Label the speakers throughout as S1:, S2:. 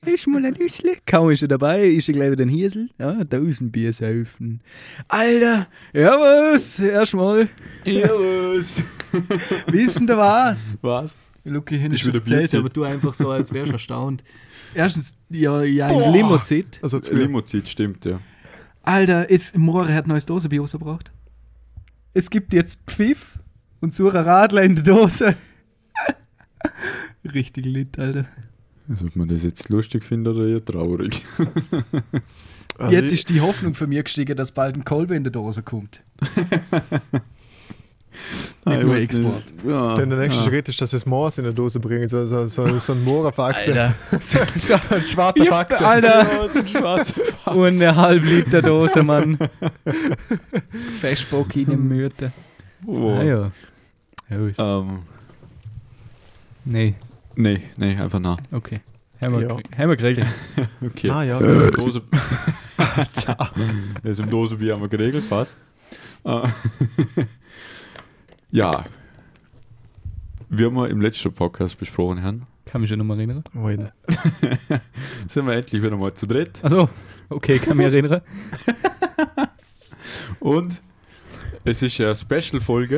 S1: Ist mal ein Nüssli. Kaum ist er dabei, ist er gleich wieder ein Hiesel. Ja, 1000 Bier saufen. Alter, ja was? Erstmal.
S2: Ja, was?
S1: Wissen da was?
S2: Was?
S1: Lucky hin
S2: Ist
S1: schon
S2: wieder
S1: erzählt,
S2: Bierzeit.
S1: aber du einfach so, als wärst du erstaunt. Erstens, ja ein Limozid.
S3: Also
S2: Limozid, stimmt, ja.
S1: Alter, More hat neues Dosenbier rausgebracht. Es gibt jetzt Pfiff und Sura Radler in der Dose. Richtig lit, Alter.
S2: Also, ob man das jetzt lustig findet oder eher traurig.
S1: Jetzt ist die Hoffnung für mich gestiegen, dass bald ein Kolbe in der Dose kommt. Mit nur Export.
S2: Ja,
S3: Denn der nächste Schritt ist, dass es Moors in der Dose bringen, so ein Moorerfaxe. So ein schwarzer Faxe.
S1: Alter.
S2: Ja, den schwarzen Fax.
S1: Und eine halbe Liter Dose, Mann. Festbock in den Mütte.
S2: Oh.
S1: Ah ja. Ja, nee,
S2: Nee, einfach nach.
S1: okay. Haben
S3: Ja.
S1: wir geregelt.
S2: Okay.
S3: Ah ja.
S2: Dose. Das im Dosenbier haben wir geregelt, passt. Ja. Wir haben im letzten Podcast besprochen, Herrn.
S1: Kann mich schon noch mal erinnern.
S3: Moin.
S2: Sind wir endlich wieder mal zu dritt.
S1: Achso, okay, kann mich erinnern.
S2: Und es ist ja eine Special-Folge.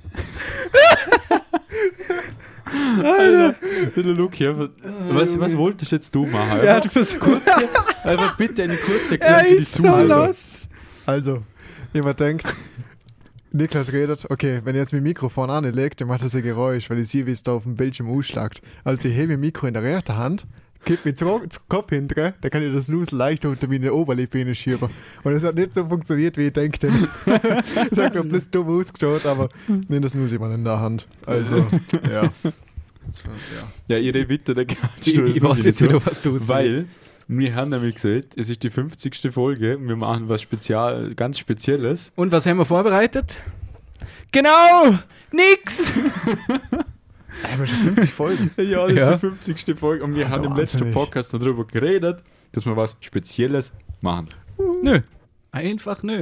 S2: Alter, der Luke hier. Was wolltest jetzt du machen?
S1: Ja,
S2: Einfach,
S1: du versuchst.
S2: einfach bitte eine kurze
S1: Er
S2: Erklärung für die
S1: ist so
S2: Zuhörer.
S1: lost.
S3: Also, jemand denkt, Niklas redet, okay, wenn ihr jetzt mein Mikrofon anlegt, dann macht das ein Geräusch, weil ich sehe, wie es da auf dem Bildschirm ausschlagt. Also ich hebe mein Mikro in der rechten Hand, kipp mir zum Kopf hinter, dann kann ich das Snooze leicht unter meine Oberlippe schieben. Und es hat nicht so funktioniert, wie ich denke. Ich sag nur, bloß dumm ausgeschaut, aber nee, das Snooze immer in der Hand. Also, ja.
S2: Ja, ihre Bitte, der
S1: Ich weiß jetzt wieder, was du sagst.
S2: Weil wir haben nämlich gesagt, es ist die 50. Folge und wir machen was ganz Spezielles.
S1: Und was haben wir vorbereitet? Genau! Nix!
S3: Haben wir schon 50 Folgen?
S2: Ja, das
S1: Ja.
S2: ist die 50. Folge und wir
S3: Alter,
S2: haben im letzten
S3: wahnsinnig.
S2: Podcast noch darüber geredet, dass wir was Spezielles machen.
S1: Nö. Einfach nö.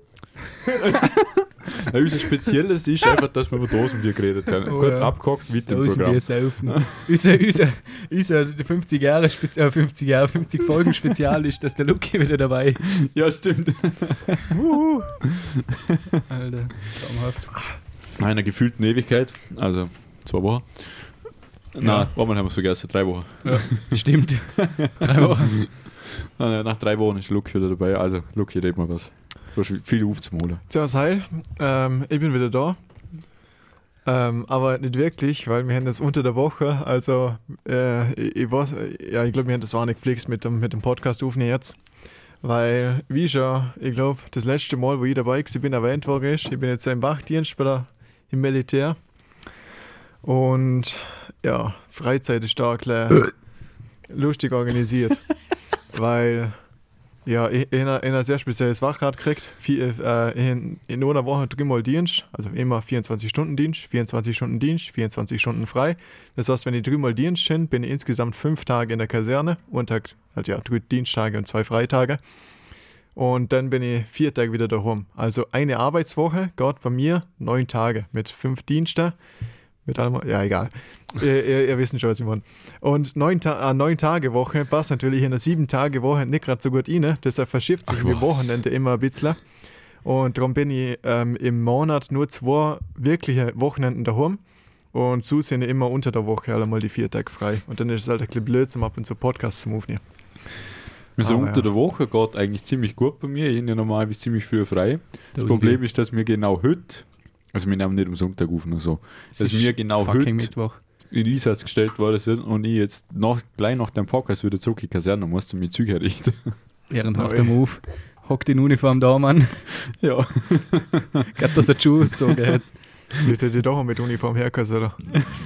S2: Ja, unser Spezielles ist einfach, dass wir über Dosenbier geredet haben.
S1: Oh,
S2: Gut
S1: ja.
S2: abgehakt, weiter im
S1: Dosenbier
S2: Programm.
S1: saufen. unser 50 Folgen Spezial ist, dass der Lucky wieder dabei ist.
S2: Ja, stimmt.
S1: Alter, traumhaft.
S2: Nach einer gefühlten Ewigkeit, also 2 Wochen. Nein, einmal haben wir es vergessen, 3 Wochen.
S1: Ja, stimmt. 3 Wochen.
S2: Nach 3 Wochen ist Luke wieder dabei. Also, Luke, red mal was. Du hast viel aufzuholen.
S3: Servus, hi. Ich bin wieder da. Aber nicht wirklich, weil wir haben das unter der Woche, also ich weiß, ja, ich glaube, wir haben das auch nicht gepflegt mit dem Podcast aufnehmen jetzt. Weil, wie schon, ich glaube, das letzte Mal, wo ich dabei bin, erwähnt worden ist, ich bin jetzt im Wachdienst im Militär. Und ja, Freizeit ist da klar lustig organisiert. Weil, ja, ich habe ein sehr spezielles Wachgrad gekriegt. In einer Woche 3-mal Dienst, also immer 24-Stunden-Dienst, 24-Stunden-Dienst, 24 Stunden frei. Das heißt, wenn ich 3-mal Dienst bin, bin ich insgesamt 5 Tage in der Kaserne und halt 3 Diensttage und 2 Freitage. Und dann bin ich 4 Tage wieder daheim. Also eine Arbeitswoche geht bei mir 9 Tage mit 5 Diensten. Mit allem, ja, egal. ihr wisst schon, was ich meine. Und 9 Tage Woche passt natürlich in einer 7 Tage Woche nicht gerade so gut rein. Deshalb verschiebt sich die Wochenende immer ein bisschen. Und darum bin ich im Monat nur 2 wirkliche Wochenenden daheim. Und so sind ich immer unter der Woche allemal die 4 Tage frei. Und dann ist es halt ein bisschen blöd, ab und zu Podcasts zu aufnehmen.
S2: Also
S3: Aber
S2: unter der Woche geht eigentlich ziemlich gut bei mir. Ich habe ja normal ziemlich früh frei. Das
S1: Du,
S2: Problem ist, dass wir genau heute, also wir nehmen nicht am Sonntag auf oder so, dass wir genau heute
S1: fucking Mittwoch.
S2: in Einsatz gestellt worden sind und ich jetzt gleich nach dem Podcast wieder zurück in die Kaserne musste mich Züge richten.
S1: Ehrenhafter Move. Hockt in Uniform da, Mann.
S2: Ja.
S1: Gerade, dass er die Schuhe ausgezogen hat.
S3: Wird dir doch mit Uniform herkommen, oder?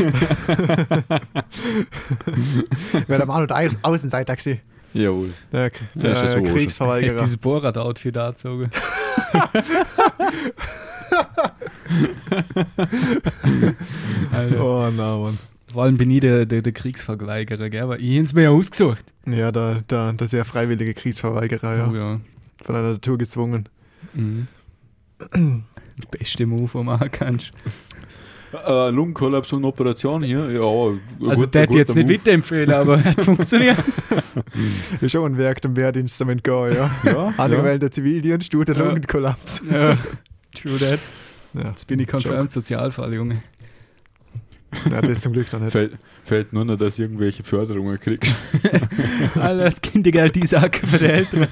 S3: Wer der Mann und Außenseiter gewesen.
S2: Jawohl.
S3: Der
S2: Der ist jetzt so
S1: Hat
S3: Kriegsverweigerer.
S1: dieses Borat-Outfit angezogen. Alter.
S3: Oh, na, Mann.
S1: Vor allem bin ich der Kriegsverweigerer, gell? Aber ich habe es mir ja ausgesucht.
S3: Ja, der sehr freiwillige Kriegsverweigerer, ja.
S1: Oh ja.
S3: Von der Natur gezwungen.
S1: Mhm. Der beste Move, den du machen kannst.
S2: Lungenkollaps und Operation hier. Ja,
S1: Also der hätte jetzt nicht weiterempfehlen, aber hat funktioniert.
S3: Ist schon ein Werk, dem Wehrdienst damit gehen, ja.
S2: Ja,
S3: Angemeldeter Zivildienst, du der Lungenkollaps.
S1: Ja, true that.
S3: Ja.
S1: Jetzt bin ich confirmed Sozialfall, Junge.
S3: Ja, das ist zum Glück noch nicht.
S2: Fällt nur noch, dass du irgendwelche Förderungen kriegst.
S1: Alter, das Kindergeld, die Sache für die Eltern.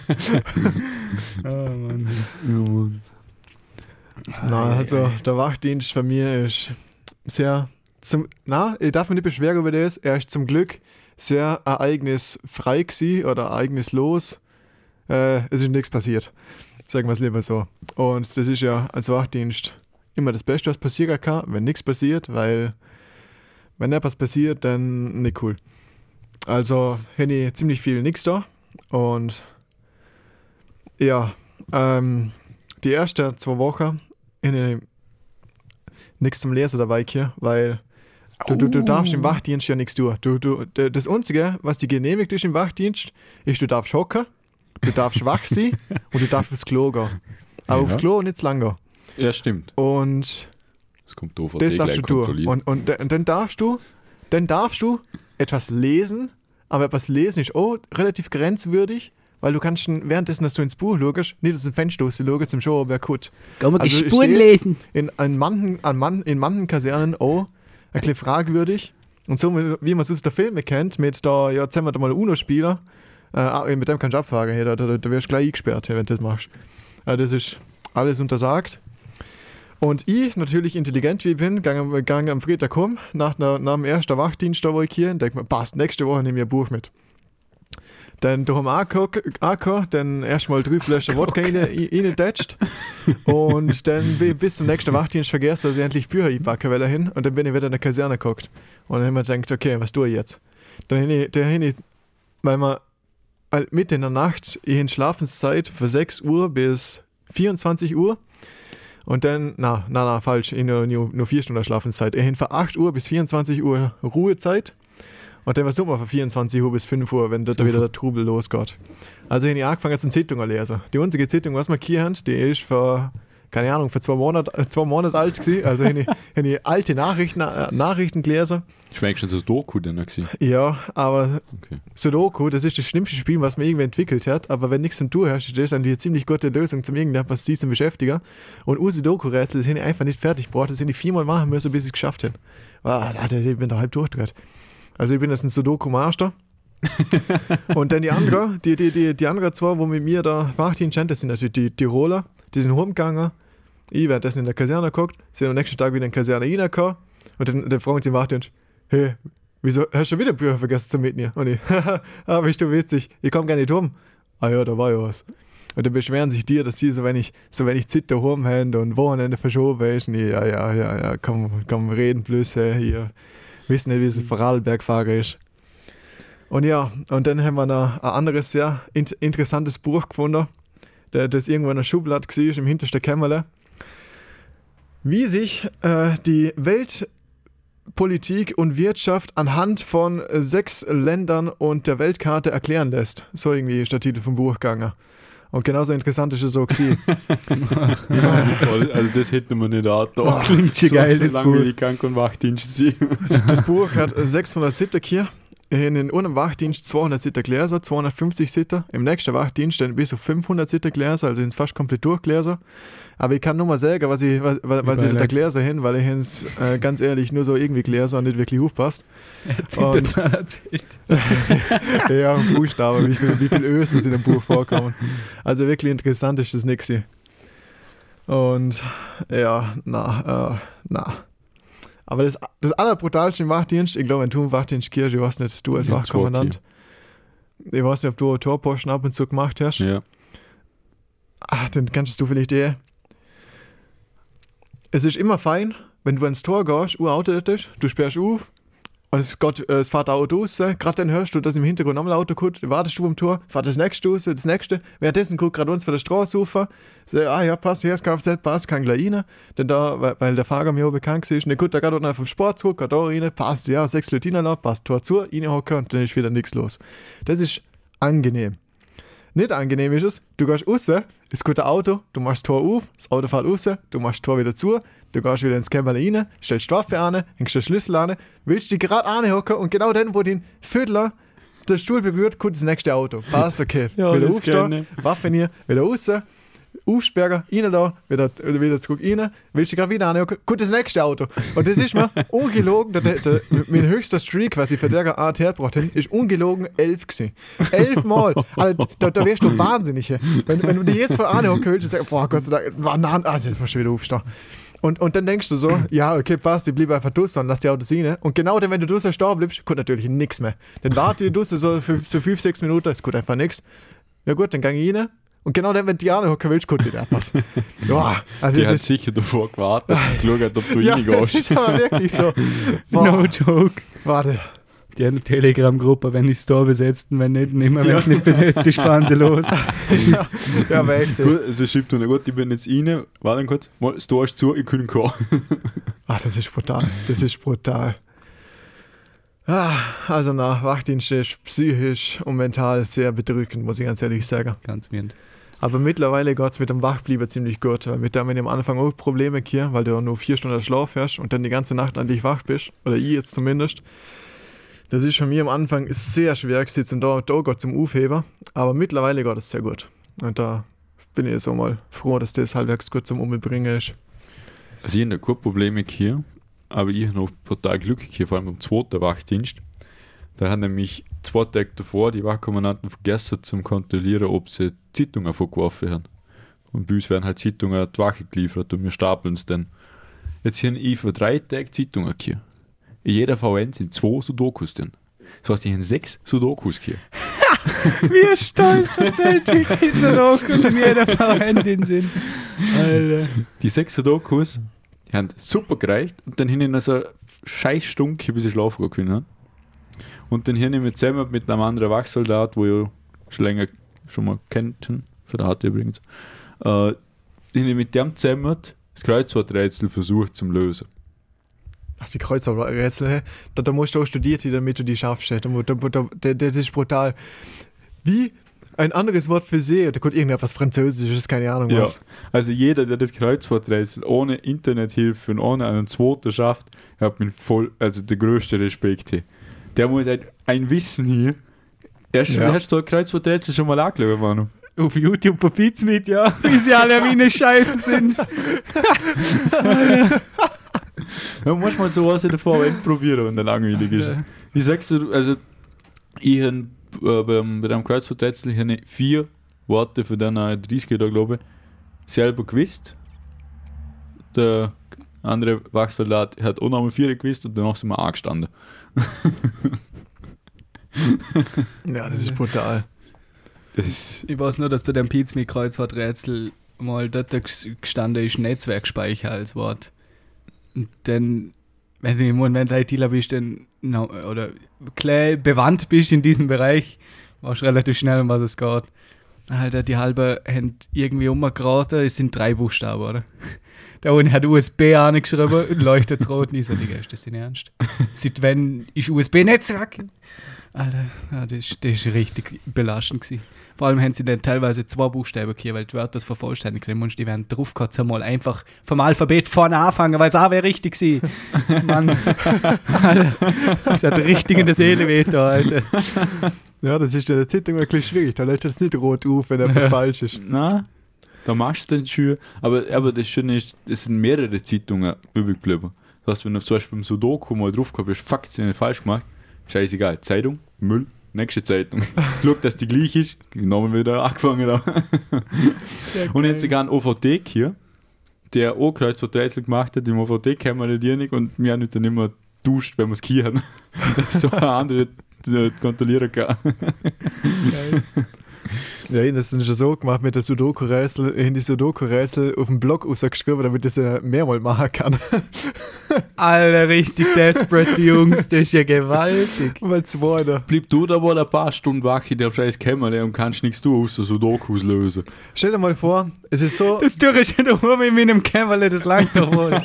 S1: Oh Mann.
S2: Ja, Mann.
S3: Nein, also der Wachdienst von mir ist sehr, ich darf mich nicht beschweren über das, er ist zum Glück sehr ereignisfrei gewesen oder ereignislos. Es ist nichts passiert, sagen wir es lieber so. Und das ist ja als Wachdienst immer das Beste, was passieren kann, wenn nichts passiert, weil wenn etwas passiert, dann nicht cool. Also habe ich ziemlich viel nichts da und ja, die ersten 2 Wochen habe ich nichts zum Lesen dabei hier, weil du darfst im Wachdienst ja nichts tun. Das Einzige, was dir genehmigt ist im Wachdienst, ist, du darfst hocken, du darfst wach sein und du darfst aufs Klo gehen. Aber aufs Klo nicht zu lang gehen.
S2: Ja, stimmt.
S3: Und
S2: Das kommt doof,
S3: das darfst du tun. Und dann darfst du etwas lesen, aber etwas lesen ist auch relativ grenzwürdig, weil du kannst währenddessen, dass du ins Buch schaust, nicht aus dem Fenster schaust, zum Schauen, wer gut.
S1: Geh mal die Spuren lesen.
S3: In manchen Kasernen auch ein bisschen fragwürdig. Und so, wie man es aus der Filme kennt, mit da, ja, jetzt haben wir da mal einen UNO-Spieler, mit dem kannst du abfahren, hey, da wirst du gleich eingesperrt, wenn du das machst. Das ist alles untersagt. Und ich, natürlich intelligent wie ich bin, gang am Freitag rum, nach dem ersten Wachdienst, da wo ich hier, und denke mir, passt, nächste Woche nehme ich ein Buch mit. Dann da haben wir angekommen, dann erstmal 3 Flaschen Wodka reingetatscht und dann bis zum nächsten Wachdienst vergessen, dass ich endlich Bücher einpacken will hin und dann bin ich wieder in der Kaserne geguckt. Und dann habe ich mir gedacht, okay, was tue ich jetzt? Dann habe ich, weil man mitten in der Nacht, ich habe Schlafenszeit von 6 Uhr bis 24 Uhr. Und dann, falsch, ich habe nur 4 Stunden Schlafenszeit. Ich habe von 8 Uhr bis 24 Uhr Ruhezeit. Und dann war es immer von 24 Uhr bis 5 Uhr, wenn dort wieder der Trubel losgeht. Also habe ich angefangen, eine Zeitung zu lesen. Die einzige Zeitung, was wir hier haben, die ist vor, keine Ahnung, vor 2 Monaten alt gewesen. Also habe ich alte Nachrichten gelesen.
S2: Schmeckt schon so Doku dann gewesen?
S3: Ja, aber
S2: Okay.
S3: Sudoku, das ist das schlimmste Spiel, was man irgendwie entwickelt hat. Aber wenn nichts zum Tun hast, ist das eigentlich eine ziemlich gute Lösung, zum irgendetwas zu beschäftigen. Und Sudoku-Rätsel, das habe ich einfach nicht fertig gebracht. Das habe ich 4-mal machen müssen, bis ich es geschafft habe. Ich bin da halb durchgedreht. Also ich bin jetzt ein Sudoku-Master. Und dann die anderen 2, wo mit mir da Wachdienst sind, das sind natürlich die Tiroler. Die sind heimgegangen. Ich werde das in der Kaserne geguckt, sind am nächsten Tag wieder in der Kaserne reingekommen. Und dann fragen sie im Wachdienst, hey, wieso hast du wieder Bücher vergessen zu mitnehmen? Und ich, bist du witzig, ich komme gar nicht rum. Ah ja, da war ja was. Und dann beschweren sich die, dass sie, so wenn ich Zeit daheim habe und Wochenende verschoben ist, und ich, ja, komm, reden bloß hier. Wissen nicht, wie es Vorarlberg-Fahrer ist. Und ja, und dann haben wir noch ein anderes sehr interessantes Buch gefunden, das irgendwo in der Schublade war, im hintersten Kämmerle. Wie sich die Weltpolitik und Wirtschaft anhand von 6 Ländern und der Weltkarte erklären lässt. So irgendwie ist der Titel vom Buch gegangen. Und genauso interessant ist es so gewesen.
S2: Also das hätten wir nicht auch da.
S1: Klingt schon geil, das
S2: solange
S1: Buch.
S2: ich Krank- und Wachdienst sehe.
S3: Das Buch hat 600 Seiten hier. In einem Wachdienst 200 Seiten gelesen, 250 Seiten. Im nächsten Wachdienst dann bis auf 500 Seiten gelesen, also sind fast komplett durchgelesen. Aber ich kann nur mal sagen, was ich da gelesen habe, weil ich es ganz ehrlich nur so irgendwie gelesen und nicht wirklich aufpasst.
S1: Erzählt.
S3: Ja, Buchstaben, wie viel Ös in dem Buch vorkommen. Also wirklich interessant ist das nicht gewesen. Und ja, Aber das Allerbrutalste im Wachdienst, ich glaube, wenn du im Wachdienst gehst, ich weiß nicht, du als Wachkommandant, ich weiß nicht, ob du einen Torposten ab und zu gemacht hast.
S2: Ja.
S3: Dann kannst du vielleicht es ist immer fein, wenn du ans Tor gehst, Auto ist, du sperrst auf und es fährt ein Auto raus, gerade dann hörst du, dass im Hintergrund nochmal ein Auto kommt, wartest du am Tor, fährt das nächste raus, das nächste, währenddessen guckt gerade uns von der Straße rauf, ja, passt, hier ist Kfz, passt, kann gleich rein, denn da, weil der Fahrer mir auch bekannt ist, ne gut, da geht er vom Sport zurück, geht da rein, passt, ja, 6 Leute reinlassen, passt, Tor zu, reinhocken und dann ist wieder nichts los. Das ist angenehm. Nicht angenehm ist es, du gehst raus, es kommt ein Auto, du machst das Tor auf, das Auto fährt raus, du machst das Tor wieder zu, du gehst wieder ins Kämmerle rein, stellst die Waffe an, hängst den Schlüssel an, willst dich gerade anhocken und genau dann, wo den Viertler der Stuhl berührt, kommt das nächste Auto. Passt, okay.
S2: Ja,
S3: wieder
S2: das
S3: aufstehen,
S2: gerne.
S3: Waffe hier, wieder raus, aufsperren, rein da, wieder zurück rein, willst dich gerade wieder anhocken, kommt das nächste Auto. Und das ist mir ungelogen, mein höchster Streak, was ich für der Art hergebracht habe, ist ungelogen 11 gewesen. 11 Mal. Also, da wärst du wahnsinnig. Wenn du dir jetzt mal anhocken willst und sagst, boah, Gott sei Dank, jetzt musst du wieder aufstehen. Und dann denkst du so, ja, okay, passt, ich bleibe einfach draußen und lass die Autos rein. Und genau dann, wenn du draußen stehen bleibst, kommt natürlich nichts mehr. Dann warte ich draußen so für 5-6 Minuten, es kommt einfach nichts. Ja gut, dann gehe ich rein. Und genau dann, wenn du die anhocken willst, kommt nicht etwas. Ja, also
S2: Die hat sicher davor gewartet und geschaut, ob du
S3: ja, das
S2: reingehst.
S3: ist aber wirklich so.
S1: No joke.
S3: Warte.
S1: Die haben eine Telegram-Gruppe, wenn ich Store besetzt und wenn nicht, und immer wenn es nicht besetzt ist, fahren sie los.
S3: Ja, aber echt.
S2: Gut, also schreibt er, gut, ich bin jetzt rein, warte kurz, mal, das Tor ist zu, ich kann kommen.
S3: Das ist brutal. Das ist brutal. Also Wachdienst ist psychisch und mental sehr bedrückend, muss ich ganz ehrlich sagen.
S1: Ganz mirnd.
S3: Aber mittlerweile geht es mit dem Wachbleiben ziemlich gut. Weil mit dem haben wir am Anfang auch Probleme hier, weil du nur 4 Stunden Schlaf hast und dann die ganze Nacht an dich wach bist. Oder ich jetzt zumindest. Das ist für mich am Anfang sehr schwer gewesen, da zum Aufheben. Aber mittlerweile geht es sehr gut. Und da bin ich jetzt auch mal froh, dass das halbwegs gut zum Umbringen ist.
S2: Also ich habe kein Problem hier, aber ich habe noch total Glück hier, vor allem am zweiten Wachdienst. Da haben nämlich 2 Tage davor die Wachkommandanten vergessen zum Kontrollieren, ob sie Zeitungen vorgeworfen haben. Und bei uns werden halt Zeitungen an die Wache geliefert und wir stapeln es dann. Jetzt habe ich für 3 Tage Zeitungen hier. In jeder VN sind 2 Sudokus drin. Das heißt, ich habe 6 Sudokus hier.
S1: Wie stolz erzählt, wie viele Sudokus in jeder Verwendung sind. Alter.
S2: Die 6 Sudokus, die haben super gereicht und dann habe ich noch so eine scheiß Stunde, bis ich schlafen gehen können. Und dann habe ich mich zusammen mit einem anderen Wachsoldat, wo ich schon länger schon mal kennt, für der HT übrigens, habe ich mit dem zusammen das Kreuzworträtsel versucht zu lösen.
S3: Ach, die Kreuzworträtsel, da musst du auch studiert haben, damit du die schaffst. Das ist brutal. Wie ein anderes Wort für See, da kommt irgendetwas Französisches, keine Ahnung
S2: Ja,
S3: was.
S2: also jeder, der das Kreuzworträtsel ohne Internethilfe und ohne einen zweiten schafft, hat mir voll, also der größte Respekt hier. Der muss ein Wissen hier. Hast du so ein Kreuzworträtsel schon mal angeschaut, Manu?
S1: Auf YouTube auf mit, ja, wie sie alle wie eine Scheiße sind.
S2: Ja, manchmal sowas in der Vorwand probieren, wenn der langweilig ist. Ich sag's dir, also ich habe bei dem Kreuzworträtsel 4 Worte für den 30er da, glaube ich, selber gewusst. Der andere Wachsoldat hat auch nochmal 4 gewusst und danach sind wir angestanden.
S3: Ja, das ist brutal.
S1: Ich weiß nur, dass bei dem Pizza mit Kreuzworträtsel mal dort gestanden ist, Netzwerkspeicher als Wort. Und dann, wenn du im Moment ITler bist, dann, oder klar bewandt bist in diesem Bereich, warst du relativ schnell, um was es geht. Alter, die halbe haben irgendwie umgeraten, es sind 3 Buchstaben, oder? Der eine hat USB angeschrieben und leuchtet das rot. Und ich so, Digga, ist das denn ernst? Seit wann ist USB-Netzwerk? Alter, ja, das ist richtig belastend gewesen. Vor allem haben sie dann teilweise 2 Buchstaben hier, weil die Wörter das vervollständigen können. Und die werden drauf gehabt, mal einfach vom Alphabet vorne anfangen, weil es auch wäre richtig gewesen. Mann, Alter, das hat richtig in der Seele weh da, Alter.
S3: Ja, das ist in der Zeitung wirklich schwierig. Da leuchtet es nicht rot auf, wenn etwas falsch ist.
S2: Na, da machst du den Schuh. Aber das Schöne ist, es sind mehrere Zeitungen übrig geblieben. Das heißt, wenn du zum Beispiel beim Sudoku mal drauf gehabt hast, fuck, das ist falsch gemacht, scheißegal. Zeitung, Müll, nächste Zeitung. Schau, dass die gleich ist, genommen wieder angefangen haben. Und jetzt sogar ein OVD hier, der auch Kreuzworträtsel gemacht hat. Im OVD kennen wir die nicht und wir haben dann immer duscht, wenn wir es hier haben. Dass so eine andere kontrollieren kann.
S1: Geil.
S3: Ja, das ist schon so gemacht mit der Sudoku-Rätsel, in die Sudoku-Rätsel auf dem Blog rausgeschrieben, damit das mehrmals machen kann.
S1: Alter, richtig desperate, die Jungs, das ist ja gewaltig.
S3: Weil 2 da.
S2: Bleib du da wohl ein paar Stunden wach in der scheiß Kämmerle und kannst nichts tun, außer Sudokus lösen.
S3: Stell dir mal vor, es ist so...
S1: Das tue ich schon daheim in meinem Kämmerle, das langt doch wohl.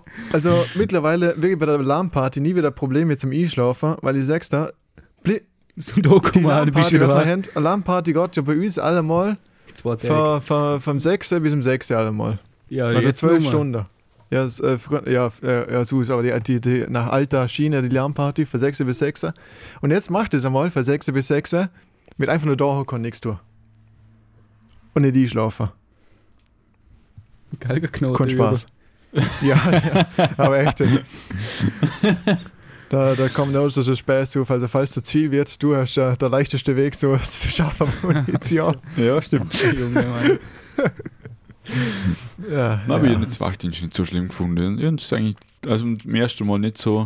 S3: Also mittlerweile wirklich bei der Alarmparty nie wieder Probleme zum Einschlafen, weil ich sag's da,
S1: So ein Dokument, bist du da.
S3: Alarmparty geht ja bei uns allemal
S1: 2 Tage.
S3: vom 6. bis um 6. allemal.
S1: Ja,
S3: Also
S1: jetzt
S3: 12
S1: nur mal.
S3: Stunden. Ja, so ist aber die nach alter Schiene die Alarmparty von 6 bis 6. Und jetzt macht es einmal von 6 bis 6 mit einfach nur da hocken und nichts tun. Und nicht einschlafen.
S1: Galgenknoten.
S3: Kein Spaß. ja, aber echt. Da kommt auch so Spaß auf. Also falls das Ziel wird, du hast der leichteste Weg so zu schaffen Munition.
S2: Ja, stimmt.
S1: Junge, Mann.
S2: Ja, aber ich habe den Wachdienst nicht so schlimm gefunden. Ich habe es eigentlich, also zum ersten Mal nicht so.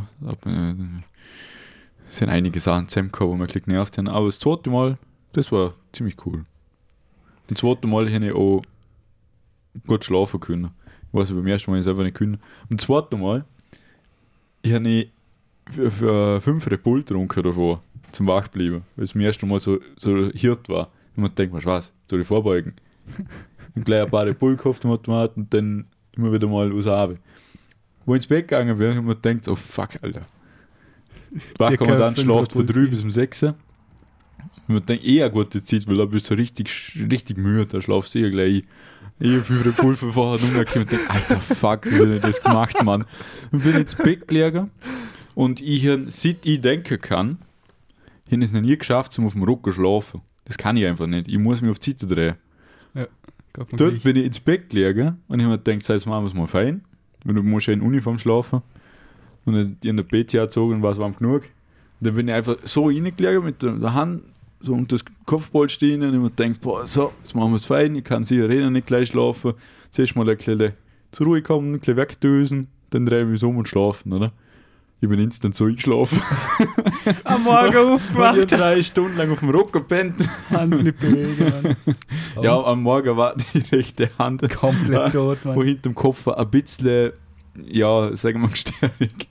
S2: Es sind einige Sachen zusammengekommen, wo man gleich nervt haben. Aber das zweite Mal, das war ziemlich cool. Das zweite Mal habe ich auch gut schlafen können. Ich weiß, beim ersten Mal habe ich es einfach nicht können. Und das zweite Mal, ich habe nicht für 5 Red Bull getrunken davor, zum Wachbleiben, weil es beim ersten Mal so hirt war. Und man denkt, was, soll ich vorbeugen? Und gleich ein paar Red Bull gekauft im Automat und dann immer wieder mal was habe. Wo ich ins Bett gegangen bin, und man denkt, oh fuck, Alter. Wachkommandant schlaft von 3 bis um 6. Und man denkt, eine gute Zeit, weil da bist du richtig müde, da schlafst du gleich ein. Ich habe 5 Red Bull von vorher umgekommen und denke, Alter, fuck, wie habe ich das gemacht, Mann? Und bin ins Bett gelegen und seit ich denken kann, habe ich es noch nie geschafft, um auf dem Rücken zu schlafen. Das kann ich einfach nicht. Ich muss mich auf die Seite drehen.
S1: Ja,
S2: dort bin ich ins Bett gelegen und ich habe mir gedacht, jetzt machen wir es mal fein. Weil du musst ja in Uniform schlafen. Und dann in der PC gezogen und war es warm genug. Und dann bin ich einfach so reingelegen mit der Hand so unter das Kopfpolster stehen und ich mir gedacht, boah, so, jetzt machen wir es fein, ich kann sicher nicht gleich schlafen. Zuerst mal ein bisschen zur Ruhe kommen, ein bisschen wegdösen, dann drehen wir uns um und schlafen, oder? Ich bin instant so eingeschlafen.
S1: Am Morgen aufgewacht.
S2: Und ich 3 Stunden lang auf dem Rücken gepennt.
S1: Hand nicht bewegen, Mann. Oh.
S2: Ja, am Morgen war die rechte Hand
S1: Komplett tot, Mann.
S2: wo hinterm Kopf war ein bisschen, ja, sagen wir mal, gestärkt.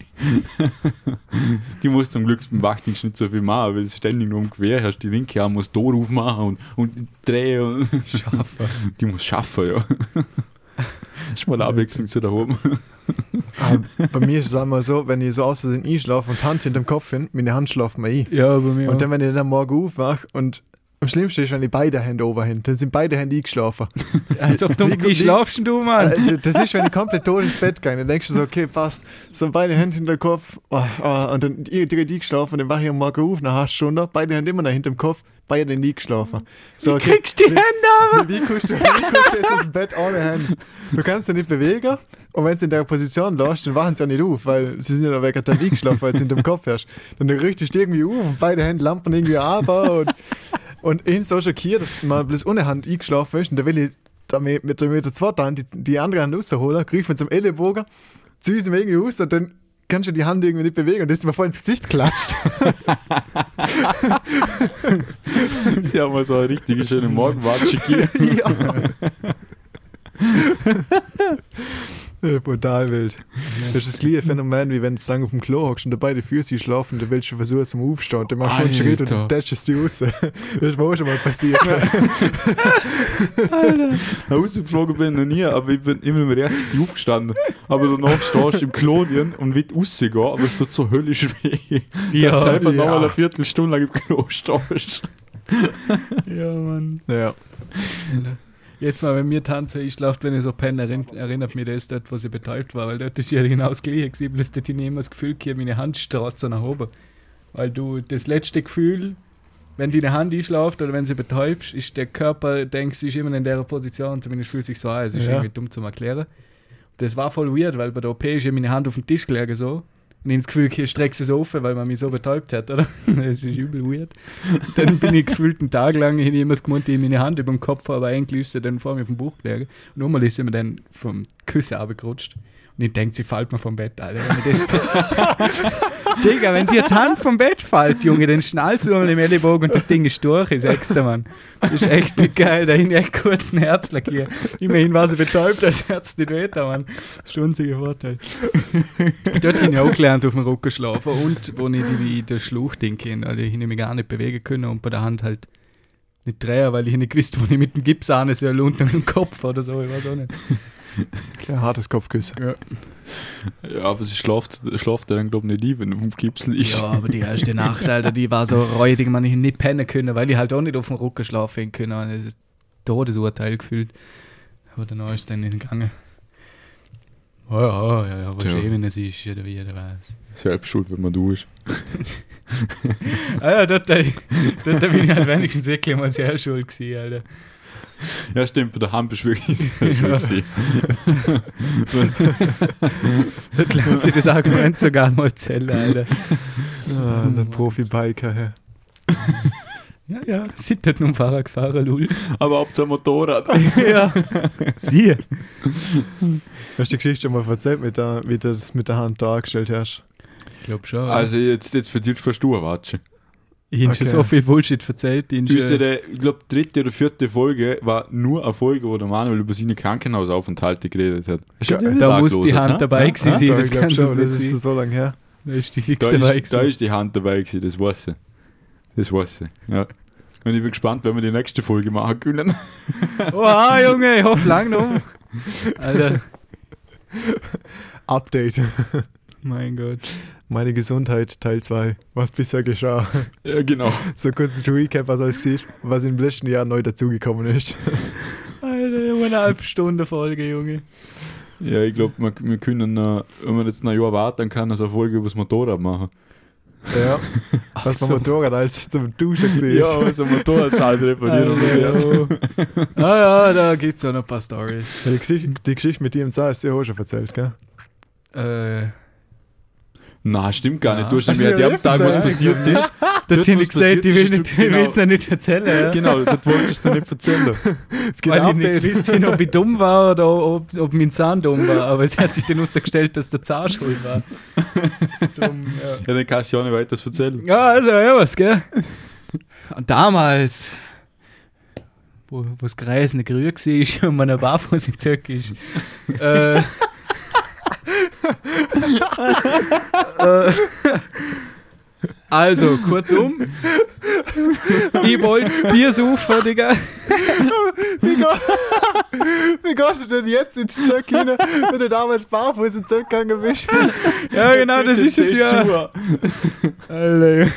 S2: Die muss zum Glück beim Wachdienst nicht so viel machen, weil es ständig nur umquer hast. Die linke Arm muss da aufmachen und drehen und
S1: Schaffen.
S2: Die muss schaffen, ja. Das ist mal eine Abwechslung zu da oben.
S3: Bei mir ist es einmal so, wenn ich so aus Versehen einschlafe und die Hand hinterm Kopf hin, meine Hand schlaft mir ein.
S1: Ja, bei mir
S3: Und dann, wenn ich dann morgen aufwache und am schlimmsten ist, wenn ich beide Hände oben hin, dann sind beide Hände eingeschlafen.
S1: Also, wie schlafst du, Mann?
S3: Das ist, wenn ich komplett tot ins Bett gehe, dann denkst du so, okay, passt. So beide Hände hinter dem Kopf, und dann direkt eingeschlafen, dann wache ich am Morgen auf, nach einer Stunde, beide Hände immer noch hinter dem Kopf, beide Hände eingeschlafen. So,
S1: okay. Wie kriegst du die Hände aber?
S3: Wie kriegst du jetzt aus dem Bett ohne Hände? Du kannst dich nicht bewegen und wenn du in der Position lässt, dann wachen sie ja nicht auf, weil sie sind ja weg, hat dann eingeschlafen, weil du hinter dem Kopf hast. Dann richtest du irgendwie auf und beide Hände lampen irgendwie runter und ich bin so schockiert, dass man bloß ohne Hand eingeschlafen ist und da will ich mit der zweiten Hand die andere Hand rausholen, greife zum Ellenbogen, ziehe sie mir irgendwie raus und dann kannst du die Hand irgendwie nicht bewegen und das ist mir voll ins Gesicht geklatscht.
S2: Sie haben mal so eine richtige schöne Morgenwatsche gegeben.
S3: Ja. Brutal wild. Das ist das gleiche Phänomen, wie wenn du lange auf dem Klo hockst und dabei die Füße schlafen, dann willst du versuchen zum Aufstehen und dann machst du einen Schritt und dann tätschst du raus. Das ist mir auch schon mal passiert.
S1: Alter.
S2: Rausgeflogen bin ich noch nie, aber ich bin immer rechtzeitig aufgestanden. Aber danach stehst du im Klo und willst rausgehen, aber es tut so höllisch weh.
S1: Ja,
S2: dass du einfach nochmal eine Viertelstunde lang im Klo stehst.
S1: Ja, Mann.
S3: Ja.
S1: Jetzt mal, wenn mir tanzen, ich schlafe, wenn ich so penne, erinnert mich das dort, wo sie betäubt war, weil dort ist ja genau das Gleiche gewesen, bloß dort ich immer das Gefühl, ich meine Hand strotzt nach oben. Weil du das letzte Gefühl, wenn deine Hand einschläft oder wenn sie betäubst, ist der Körper, denkst du, ist immer in der Position, zumindest fühlt sich so an, es ist irgendwie dumm zum Erklären. Das war voll weird, weil bei der OP ist ja meine Hand auf den Tisch gelegen so. Und ich habe das Gefühl, ich strecke es offen, weil man mich so betäubt hat, oder? Das ist übel weird. Dann bin ich gefühlt einen Tag lang, ich habe immer gemeint, ich meine Hand über dem Kopf, aber eigentlich ist sie dann vor mir auf dem Buch gelegen. Und einmal ist sie mir dann vom Küsse runtergerutscht. Und ich denke, sie fällt mir vom Bett, Alter. Digga, wenn dir die Hand vom Bett fällt, Junge, dann schnallst du um den Ellenbogen und das Ding ist durch, ist extra, Mann. Das ist echt nicht geil, da hinten echt kurz ein Herz lackiert. Immerhin war sie betäubt, als Herz nicht weht, Mann. Das ist schon ein sicher Vorteil. Dort habe ich auch gelernt, auf dem Rücken schlafen und wo ich den Schluchding kenne, also ich habe mich gar nicht bewegen können und bei der Hand halt nicht drehen, weil ich nicht gewusst, wo ich mit dem Gips an soll, unter dem Kopf oder so, ich weiß auch nicht.
S3: Ein hartes Kopfkissen.
S1: Ja.
S2: Ja, aber sie schlaft dann, glaube ich, nicht, wenn du auf dem Gips liegst.
S1: Ja, aber die erste Nacht, Alter, die war so räudig, man ich nicht pennen können, weil ich halt auch nicht auf dem Rücken schlafen können. Das ist ein Todesurteil gefühlt. Aber danach ist es dann nicht gegangen. Ja, aber
S2: Tja.
S1: schön, wenn es ist, oder wie, oder was.
S2: Selbst schuld, wenn man du ist.
S1: Dort bin ich halt wenigstens wirklich mal sehr schuld gewesen, Alter.
S2: Ja, stimmt, bei der Hand bist du wirklich sehr schuld gewesen.
S1: Dort lasse ich das Argument sogar mal zählen, Alter.
S3: Der Profi-Biker, hä?
S1: Ja, sieht dort noch Fahrer gefahren, lul.
S2: Aber Hauptsache Motorrad.
S1: Ja, siehe.
S3: Hast du die Geschichte schon mal erzählt, wie du das mit der Hand dargestellt hast?
S1: Ich glaube schon.
S2: Also jetzt für dich fast du watschen.
S1: Ich habe schon
S3: Okay.
S1: so viel Bullshit erzählt.
S2: Unsere, ich glaube, 3. oder 4. Folge war nur eine Folge, wo der Manuel über seine Krankenhausaufenthalte geredet hat. Hast du die
S1: Da muss
S2: gelesen,
S1: die Hand
S2: hä?
S1: dabei
S2: Ja?
S1: gewesen
S2: Ja?
S1: sein,
S3: Doch,
S1: das
S3: ich glaub
S1: kannst du
S3: schon,
S1: nicht
S3: das ist
S1: sehen.
S3: so lange her.
S1: Da ist die fix
S2: Da
S1: dabei
S2: ist, da
S1: gewesen.
S2: ist die Hand dabei gewesen, das weiß ich. Das weiß ich, ja. Und ich bin gespannt, wenn wir die nächste Folge machen können.
S1: Oha, Junge, ich hoffe lang noch. Alter,
S3: Update.
S1: mein Gott.
S3: Meine Gesundheit, Teil 2. Was bisher geschah.
S2: Ja, genau.
S3: So kurz ein Recap, was alles war, was im letzten Jahr neu dazugekommen ist.
S1: Alter, eine halbe Stunde Folge, Junge.
S2: Ja, ich glaube, wir können, wenn man jetzt ein Jahr warten kann, also eine Folge über das Motorrad machen.
S3: Ja. Was beim Motorrad als zum Duschen gesehen
S2: Ja, also Motorrad scheiße reparieren und das Herz.
S1: Ja, da gibt es auch noch ein paar Stories.
S3: Die Geschichte mit dir im Saal hast du ja auch schon erzählt, gell?
S2: Nein, stimmt gar
S1: Ja.
S2: nicht. Du hast
S3: Hast
S2: mir
S3: du
S2: an
S3: ja
S2: dem Tag, was
S3: erzählt?
S2: passiert ist.
S1: Da
S2: Dort,
S1: hat ich
S2: was
S1: gesagt,
S2: passiert
S1: ich will
S2: ist,
S1: nicht, ich will es nicht erzählen. Ja.
S2: Genau, das wolltest du nicht erzählen.
S3: Es gibt
S1: Weil
S3: ein
S1: ich nicht
S3: Update.
S1: gewusst, ob ich dumm war oder ob mein Zahn dumm war. Aber es hat sich dann herausgestellt, dass der Zahn schuld war. Dumm,
S2: Ja, dann kannst du ja auch nicht weiter erzählen.
S1: ja, also, ja, was, gell? Und damals, wo das Gras nicht grün war und man ein Barfuß im Zöck ist, also, kurzum, ich wollte Bier saufen, Digga.
S3: Wie gehst du denn jetzt ins Zeug hinein, wenn du damals barfuß ins Zeug gegangen bist?
S1: Ja, genau, das ist es ja. Alter.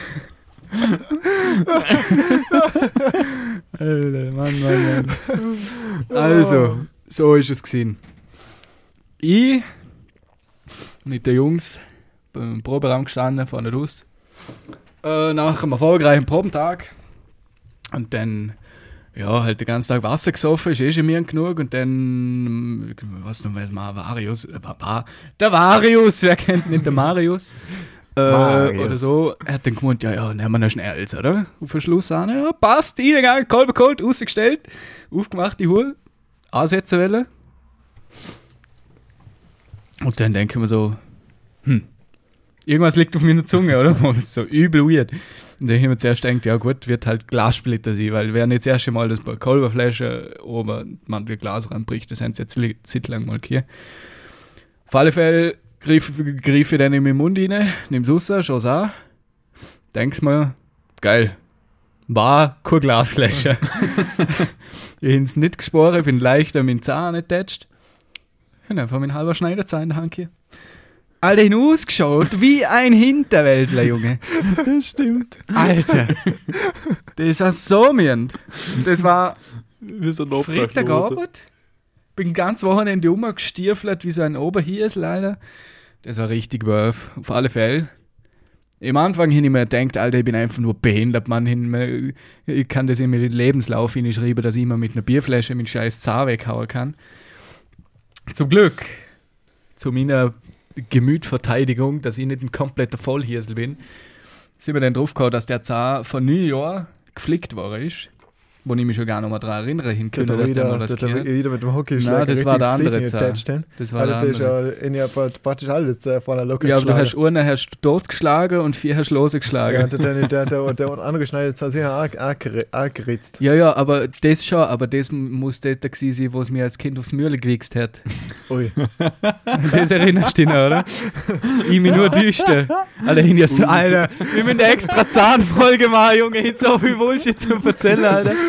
S1: Alter, Mann. Also, so ist es gewesen. Ich mit den Jungs beim Proberaum gestanden, vor der Lust. Nach einem erfolgreichen Probentag. Und dann, ja, halt den ganzen Tag Wasser gesoffen, ist schon mir genug. Und dann, was noch mal, Varius, der Varius, wer kennt nicht den Marius?
S3: Marius.
S1: Oder so, er hat dann gemeint, ja, nehmen wir noch schnell, oder? Auf den Schluss an, ja, passt, reingegangen, Kolben geholt, rausgestellt, aufgemacht, die Hure, ansetzen wollen. Und dann denken wir so, irgendwas liegt auf meiner Zunge, oder? Das ist so übel weird. Und dann haben wir zuerst gedacht, ja gut, wird halt Glassplitter sein, weil wäre nicht das erste Mal, dass bei Kolbenflasche oben man die Glas ranbricht, das haben sie jetzt Zeit lang mal hier. Auf alle Fälle griff ich dann in meinen Mund rein, nimm es raus, schau es an, denkst mir, geil, war keine Glasflasche. Ich habe es nicht gespürt, bin leicht an meinen Zahn attached. Ich habe einfach meinen halber Schneiderzahn in der Hand hier. Alter, ich habe ausgeschaut wie ein Hinterwäldler, Junge.
S3: Das stimmt.
S1: Alter, das war so mirend. Und das war
S2: Wie so ein
S1: Freitagabend. Bin ganz Wochenende rumgestiefelt wie so ein Oberhies, leider. Das war richtig worth, auf alle Fälle. Im Anfang habe ich mir gedacht, Alter, ich bin einfach nur behindert, Mann. Ich kann das in meinen Lebenslauf hinschreiben, dass ich immer mit einer Bierflasche meinen scheiß Zahn weghauen kann. Zum Glück, zu meiner Gemütverteidigung, dass ich nicht ein kompletter Vollhirsel bin, sind wir dann drauf gekommen, dass der Zahn vor 9 Jahren geflickt worden ist. Wo ich mich schon gar noch mal daran erinnern hin
S3: Da
S1: können, dass der noch das
S3: wieder
S1: gehört.
S3: mit dem Hockeyschläger.
S1: Nein, das war der andere Zahn.
S3: Zahn.
S1: Das war
S3: Also
S1: der
S3: das ist
S1: andere.
S3: ja praktisch alles vorne locker
S1: Ja, aber du hast
S3: geschlagen.
S1: einen hast du tot geschlagen und 4 hast du lose geschlagen.
S3: Ja, und der andere schneidet hat sich angeritzt.
S1: Ja, aber das schon, aber das muss dort gewesen sein, wo es mir als Kind aufs Mühle gewichst hat.
S3: Ui.
S1: Das erinnerst du dich noch, oder? Ich mich nur düster. Alter, Alter, wir müssen eine extra Zahnfolge machen, Junge, jetzt so viel Bullshit zu erzählen, Alter.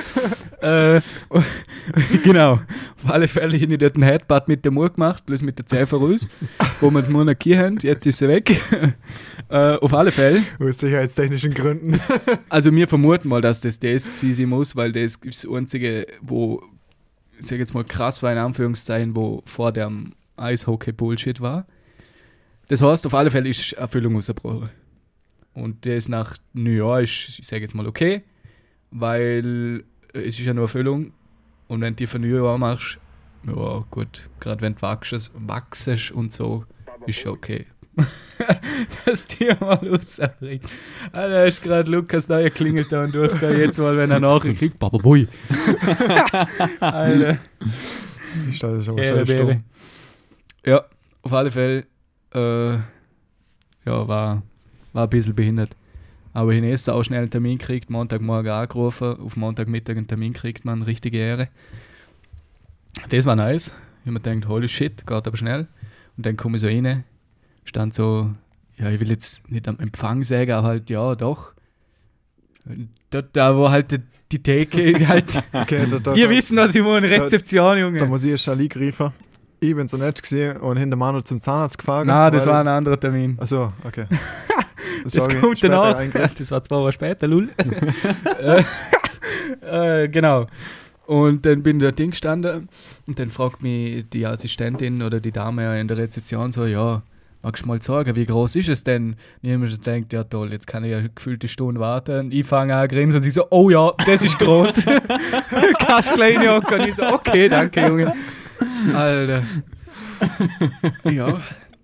S1: Genau. Auf alle Fälle habe ich dort einen Headbutt mit der Mur gemacht, bloß mit der Zeh voraus, wo wir die Mur noch haben. Jetzt ist sie weg. Auf alle Fälle.
S3: Aus sicherheitstechnischen Gründen.
S1: Also wir vermuten mal, dass das gewesen sein muss, weil das ist das Einzige, wo, ich sag jetzt mal krass war in Anführungszeichen, wo vor dem Eishockey-Bullshit war. Das heißt, auf alle Fälle ist Erfüllung ausgebrochen. Und das nach New Jahr ist, ich sage jetzt mal, okay, weil es ist ja nur Erfüllung. Und wenn du die für New Jahr machst, ja gut, gerade wenn du wachsest und so, ist schon okay. Dass die mal rausbringt. Alter, ist gerade Lukas neuer klingelt da und durch, jetzt mal, wenn er nachher kriegt, Baba Boy. Alter.
S3: Ich stelle das aber
S1: Ehre,
S3: schnell stumm.
S1: Ja, auf alle Fälle, ja, war ein bisschen behindert. Aber ich habe jetzt auch schnell einen Termin gekriegt, Montagmorgen angerufen, auf Montagmittag einen Termin kriegt man, richtige Ehre. Das war nice. Ich habe mir gedacht, holy shit, geht aber schnell. Und dann komme ich so rein, stand so, ja, ich will jetzt nicht am Empfang sagen, aber halt, ja, doch. Da wo halt die Theke halt,
S3: Okay,
S1: wir wissen, was ich meine, Rezeption,
S3: Da
S1: Junge.
S3: muss ich erst Charlie greifen. Ich bin so nett gesehen und hinter Manu zum Zahnarzt gefahren.
S1: Nein, das
S3: weil-
S1: war ein anderer Termin.
S3: Achso, okay.
S1: Das
S3: Sorry,
S1: kommt
S3: später
S1: danach.
S3: Eingriff.
S1: Das war 2 Wochen später, lul. Genau. Und dann bin ich dort gestanden und dann fragt mich die Assistentin oder die Dame in der Rezeption so, ja, magst du mal sagen, wie groß ist es denn? Und ich habe mir schon gedacht, ja toll, jetzt kann ich ja gefühlte Stunde warten. Ich fange an zu grinsen und sie so, oh ja, das ist groß. Kannst kleine Jocke. Und ich so, okay, danke, Junge. Alter. Ja.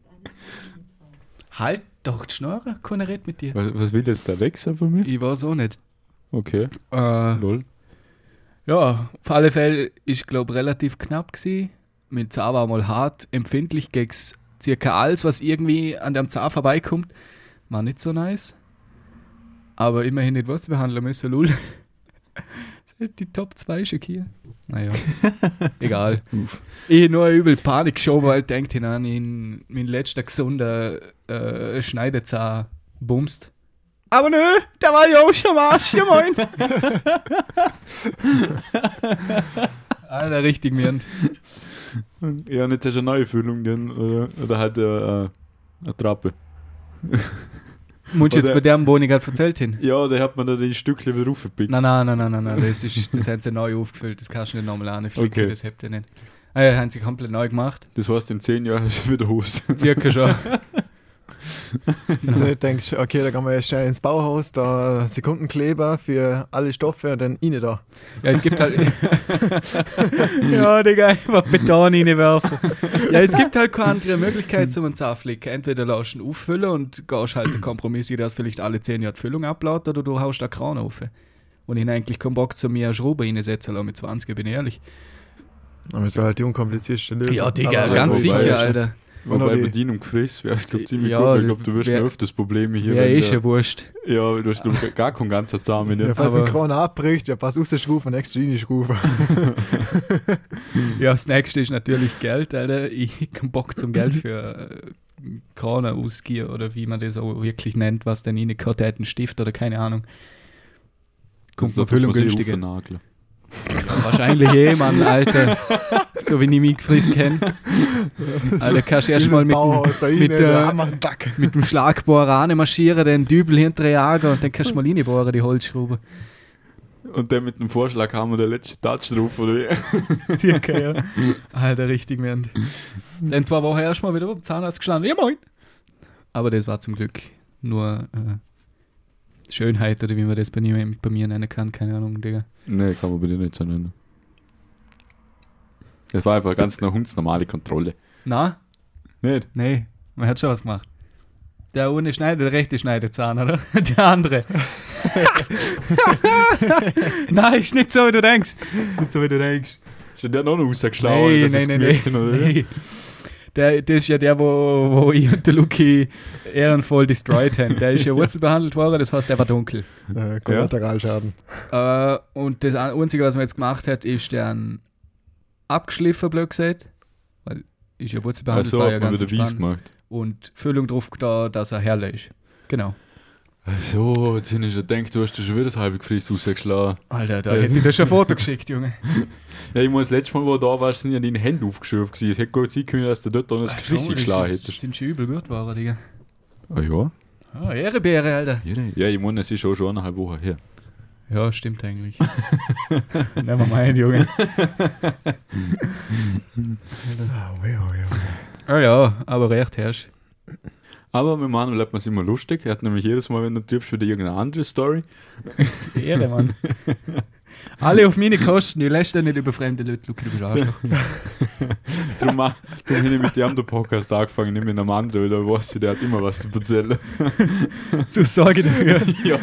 S1: Halt doch die Schnurre, keiner redet mit dir.
S2: Was will jetzt der Wechsel von mir?
S1: Ich weiß auch nicht.
S2: Okay,
S1: Ja,
S2: lol.
S1: auf alle Fälle ist, glaube ich, relativ knapp gewesen. Mein Zahn war mal hart, empfindlich gegen circa alles, was irgendwie an dem Zahn vorbeikommt. War nicht so nice. Aber immerhin nicht was behandeln müssen, lul. Die Top 2 schon hier. Naja, egal. Ich habe nur übel Panik geschoben, weil ich denkt hinein in mein letzter gesunder Schneidezahn bumst. Aber nö, der war ja auch schon am Arsch, ja moin. Alter, richtig mirnd.
S2: Ja, nicht eine neue Füllung, oder halt eine Trappe.
S1: Muss ich jetzt
S2: Oder-
S1: bei dem, wo ich gerade erzählt habe?
S2: Ja, da hat man da die Stückchen wieder raufgepickt.
S1: Nein, das haben sie neu aufgefüllt, das kannst du nicht nochmal anflicken,
S2: Okay.
S1: das habt ihr nicht. Ah ja, haben sie komplett neu gemacht,
S2: Das heißt, in 10 Jahren ist es wieder Hose.
S1: circa schon.
S3: Wenn du nicht denkst, okay, da gehen wir jetzt schnell ins Bauhaus, da Sekundenkleber für alle Stoffe und dann rein da.
S1: Ja, es gibt halt... ja, Digga, einfach Beton reinwerfen. Ja, es gibt halt keine andere Möglichkeit zum Zahnflicken. Entweder lässt du ihn auffüllen und gehst halt den Kompromiss, dass vielleicht alle 10 Jahre die Füllung ablaut, oder du haust da Kran auf. Und ich habe eigentlich keinen Bock, zu mir eine Schraube reinsetzen lassen mit 20, bin ich ehrlich.
S3: Aber es wäre halt die unkomplizierteste Lösung.
S1: Ja, Digga,
S3: Aber
S1: ganz
S2: wobei-
S1: sicher, Alter.
S2: Wobei
S3: die-
S2: Bedienung friss wäre es, glaube ich, ziemlich
S1: Ja,
S2: gut. Ich glaube, du wirst
S1: wär-
S2: noch öfters Probleme hier.
S1: Ja,
S2: wenn
S1: ist
S2: der-
S1: ja wurscht.
S2: Ja, du hast glaub ich, gar keinen ganzen Zahn mehr.
S3: Ja,
S2: Nicht?
S3: falls
S1: aber-
S3: die Krone abbricht, ja, pass auf den Schrufen, extra rein Schrufen.
S1: Ja, das nächste ist natürlich Geld, Alter. Ich hab keinen Bock zum Geld für Krone ausgehen oder wie man das auch wirklich nennt, was denn rein gehört hat, ein Stift oder keine Ahnung. Kommt
S2: Da
S1: noch viel
S2: tut man sich
S1: günstiger.
S2: aufnageln.
S1: Wahrscheinlich Mann, Alter. So wie ich mich gefrisst kenne. Alter, kannst du erstmal
S3: Bauhaus, da rein,
S1: mit,
S3: der Hammerdack.
S1: mit dem Schlagbohrer marschieren, den Dübel hinterher jagen und dann kannst du mal reinbohren, die Holzschraube.
S2: Und dann mit dem Vorschlag haben wir der letzte Touch drauf, oder wie?
S1: Circa, ja. Alter, richtig während. Dann 2 Wochen erstmal wieder beim Zahnarzt gestanden. Ja, moin. Aber das war zum Glück nur Schönheit, oder wie man das bei mir nennen kann. Keine Ahnung, Digga.
S2: Nee, kann man bei dir nicht so nennen. Das war einfach eine ganz normale Kontrolle.
S1: Na?
S2: Nicht?
S1: Nee, man hat schon was gemacht. Der ohne Schneide, der rechte Schneidezahn, oder? Der andere. Nein, ist nicht so, wie du denkst. Nicht so, wie du denkst.
S2: Ist ja der noch rausgeschlagen, dass es gemerkt haben, oder?
S1: nee. Das ist ja der, wo ich und der Luki ehrenvoll destroyed haben. Der ist ja wurzelbehandelt worden, das heißt, der war dunkel.
S3: Kollateralschaden.
S1: Und das Einzige, was man jetzt gemacht hat, ist der abgeschliffen, blöd gesagt. Weil ist ja wurzelbehandelt,
S2: Also
S1: war ja
S2: hat man
S1: ganz
S2: wieder weiss
S1: entspannt.
S2: gemacht.
S1: Und Füllung drauf da, dass er herrlich ist. Genau.
S2: So, jetzt habe ich schon gedacht, du hast dir schon wieder das halbe Gefriss rausgeschlagen.
S1: Alter, da hätte ich dir schon ein Foto geschickt, Junge.
S2: Ja, ich muss das letzte Mal, wo du da warst, sind ja deine Hände aufgeschürft gewesen. Es hätte gut sein können, dass du dort auch noch das Gefriss geschlagen
S1: Das
S2: hättest.
S1: sind schon übel gut geworden, Digga.
S2: Ah ja?
S1: Ah, Ehrenbeere, Alter.
S2: Ja, ich meine, es ist auch schon 1,5 Wochen her.
S1: Ja, stimmt eigentlich. Nehmen wir mal, Junge. Ah ja, aber recht herrsch.
S2: Aber mit Manuel hat man es immer lustig. Er hat nämlich jedes Mal, wenn du triffst, wieder irgendeine andere Story.
S1: Ehre, Mann. Alle auf meine Kosten, die lässt ja nicht über fremde Leute, Luki, du bist Arschloch.
S2: Darum habe ich mit dem den Podcast angefangen, nicht mit einem anderen, weil er weiß, der hat immer was zu erzählen.
S1: So sorge dafür.
S2: Ja.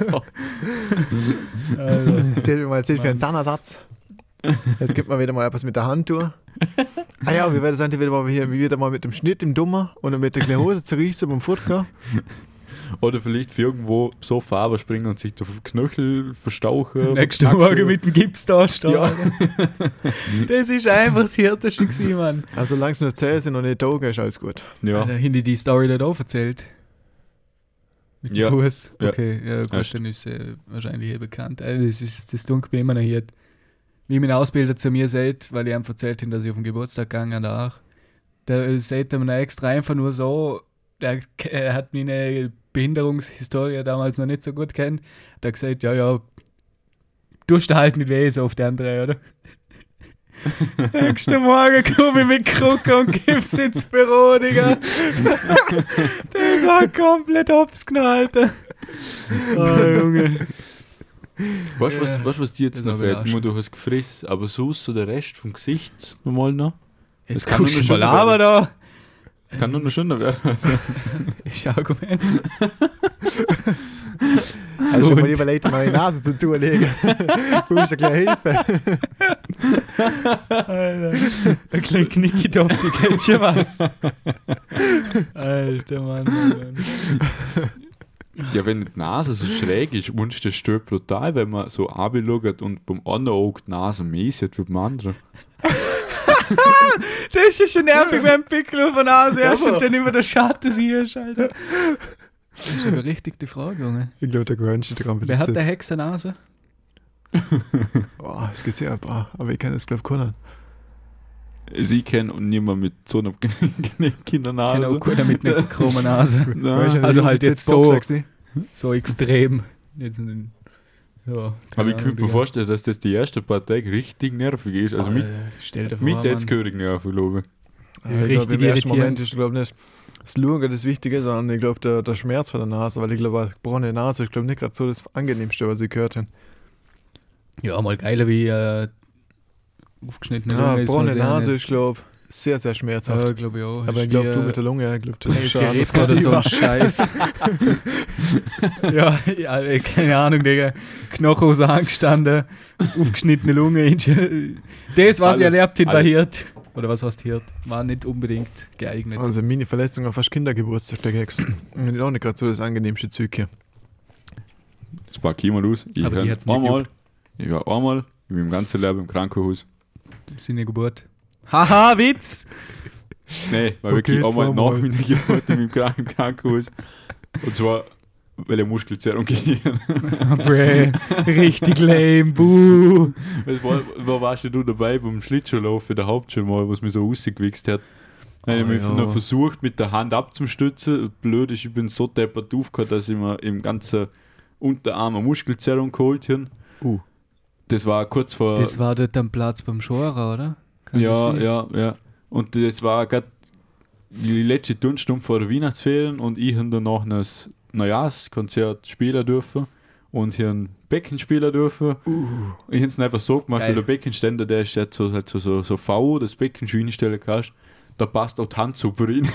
S1: Also,
S3: Erzähl mir mal für einen Zahnersatz. Jetzt gibt man wieder mal etwas mit der Hand durch. Ah ja, wie wäre das eigentlich wieder mal mit dem Schnitt im Dummer und mit der kleinen Hose zerrissen beim Furtgehen?
S2: Oder vielleicht für irgendwo so Farbe springen und sich durch Knöchel verstauchen.
S1: nächsten
S2: Achseln.
S1: Morgen mit dem Gips da stehen.
S2: Ja.
S1: Das ist einfach das Härteste gewesen, Mann.
S3: Also solange es nur Zähne sind und nicht Augen, ist alles gut.
S2: Ja.
S1: Alter, haben die Story nicht auch erzählt? Mit dem
S2: Ja.
S1: Fuß?
S2: Ja.
S1: Okay, ja gut,
S2: Ja,
S1: dann ist es wahrscheinlich bekannt. Das dunkelt mir immer noch hier. Wie mein Ausbilder zu mir sagt, weil ich ihm erzählt habe, dass ich auf den Geburtstag gegangen auch. Der sagt mir extra einfach nur so, er hat meine Behinderungshistorie damals noch nicht so gut kennt. Der hat gesagt, ja, tust du halt nicht weh, so auf die andere, oder? Nächsten Morgen komme ich mit Krücke und gib's ins Büro, Digga. Das war komplett hops geknallt. Oh, Junge.
S2: Weißt du, was dir jetzt
S1: Das
S2: noch
S1: war
S2: fehlt?
S1: überraschend.
S2: Nur du hast gefressen, aber sonst so der Rest vom Gesicht normal noch.
S1: Jetzt
S2: kann
S1: guckst
S2: nur
S1: du
S2: schon
S1: mal aber da.
S2: Das kann nur noch schöner werden.
S1: Ist ein Argument.
S3: Also schon mal
S1: Und-
S3: überlegt, eine neue Nase zuzulegen. Du bist eine kleine Hilfe.
S1: Alter. Ein kleiner Knicki-Topf, du kennst schon was. Alter Mann.
S2: Ja, wenn die Nase so schräg ist, wünscht das stört brutal, wenn man so runterschaut und beim einen Auge die Nase mehr sieht wie beim anderen.
S1: Das ist ja schon nervig, wenn ein Pickel auf der Nase
S3: Ja,
S1: hast und
S3: aber-
S1: dann immer der Schatten siehst, Alter. Das ist aber richtig die Frage, Junge.
S3: Ich glaube, der gewöhnt sich daran.
S1: Wer hat der Hexernase?
S3: Oh, es geht sehr, aber ich kann es, glaube ich, können.
S2: Also ich kenne niemanden mit so einer Kindernase.
S1: Genau, gut mit einer krummen Nase.
S2: Nein.
S1: Also halt jetzt so.
S3: Boxer.
S1: So extrem. Jetzt in den, ja,
S2: Aber ich könnte mir vorstellen, dass das die erste paar Tage richtig nervig ist. Also
S1: stell dir vor,
S2: mit
S1: Mann.
S2: jetzt gehörig nervig, glaube ich.
S3: Ich
S1: Richtig
S3: glaube, im ersten Moment
S1: irritierend.
S3: ist, glaube nicht das Schauen das Wichtige, sondern ich glaube, der Schmerz von der Nase, weil ich glaube, eine gebrochene Nase ist, glaube nicht gerade so das Angenehmste, was ich gehört habe.
S1: Ja, mal geiler wie aufgeschnittene
S3: Ja,
S1: Lunge ist mal
S3: gebrochene
S1: sehr
S3: Nase
S1: nett.
S3: ist, glaube ich, sehr, sehr schmerzhaft.
S1: Ja, glaube ich auch.
S3: aber
S1: Ist
S3: ich glaube,
S1: wie,
S3: du mit der Lunge, ich glaube, das ist schon anders.
S1: Tereska oder so ein Scheiß. ja, keine Ahnung, Digga. Knochen aus angestanden, aufgeschnittene Lunge. Das, was ich
S2: Alles,
S1: erlebt habe bei
S2: alles.
S1: Hirt, oder was heißt Hirt, war nicht unbedingt geeignet.
S3: Also meine Verletzung war fast Kindergeburtstag, der Gex. Und auch nicht gerade so das angenehmste Zeug hier.
S2: Das packe ich mal aus. Ich
S1: Aber die
S2: war
S1: hat's nicht
S2: einmal in meinem ganzen Leben im Krankenhaus.
S1: Seine Geburt. Haha, Witz!
S2: Nein, war
S3: Okay,
S2: wirklich einmal nach
S3: zweimal.
S2: meiner Geburt im Krankenhaus. Und zwar, weil ich Muskelzerrung gegeben.
S1: Bray, richtig lame, buh.
S2: Wo warst du dabei beim Schlittschuhlaufen, der Hauptschule mal, was mich so rausgewichst hat? Dann habe ich
S1: ja.
S2: noch versucht, mit der Hand abzustützen. Blöd ist, ich bin so deppert aufgehört, dass ich mir im ganzen Unterarm eine Muskelzerrung geholt habe. Das war kurz vor...
S1: Das war dort am Platz beim Schorer, oder? Kann das
S2: Ja,
S1: sein?
S2: ja. Und das war gerade die letzte Turnstunde vor der Weihnachtsferien und ich habe dann noch ein Neujahrskonzert spielen dürfen und hier ein Becken spielen dürfen. Ich habe es einfach so gemacht,
S1: Geil.
S2: weil der Beckenständer, der ist jetzt so V, das Becken schön einstellen kannst. Da passt auch die Hand super rein.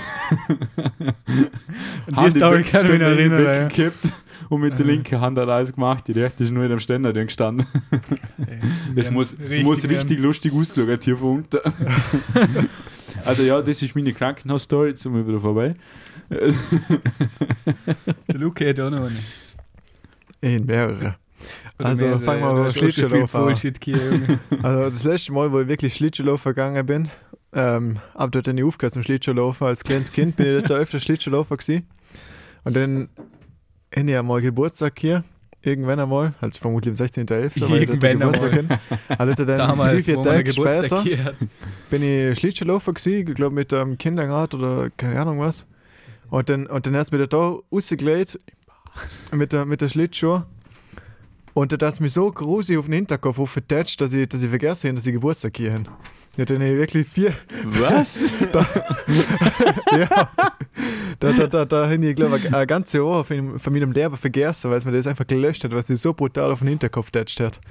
S1: Und die Story kann ich mich noch erinnern. Ja.
S2: Gekippt und mit der linken Hand hat er alles gemacht. Die rechte ist nur in dem Ständer drin gestanden. Das muss richtig lustig ausschauen hier von unten. Also ja, das ist meine Krankenhausstory. Jetzt sind wir wieder vorbei.
S1: Der Luke hat auch noch eine.
S3: In mehrere.
S1: Oder
S3: Also
S1: mehrere.
S3: fangen wir
S1: Du
S3: mal
S1: hast auch schon viel
S3: Schlittschuhlauf an.
S1: Bullshit hier, Junge.
S3: Also das letzte Mal, wo ich wirklich Schlittschuhlauf gegangen bin, ab dort dann ich aufgehört zum Schlittschuhlaufen. Als kleines Kind bin ich dort öfter Schlittschuhlaufer gewesen. Und dann habe ich einmal Geburtstag hier. Irgendwann einmal, halt vermutlich am 16.11.
S1: Irgendwann einmal.
S3: Also dann
S1: Damals,
S3: 3-4
S1: wo man
S3: Tage
S1: Geburtstag
S3: später
S1: hier hat.
S3: bin ich Schlittschuhlaufen gewesen, ich glaube mit einem Kinderrad oder keine Ahnung was. Und dann hast du mich da rausgelegt mit der Schlittschuh. Und dann hat es mich so gruselig auf den Hinterkopf aufgetatscht, dass ich vergessen habe, dass ich Geburtstag hier habe. Ja, dann habe ich wirklich 4.
S2: Was?
S3: Ja. Da habe ich, glaube ich, ein ganzes Jahr von meinem Leben vergessen, weil es mir das einfach gelöscht hat, weil es mich so brutal auf den Hinterkopf getatscht hat.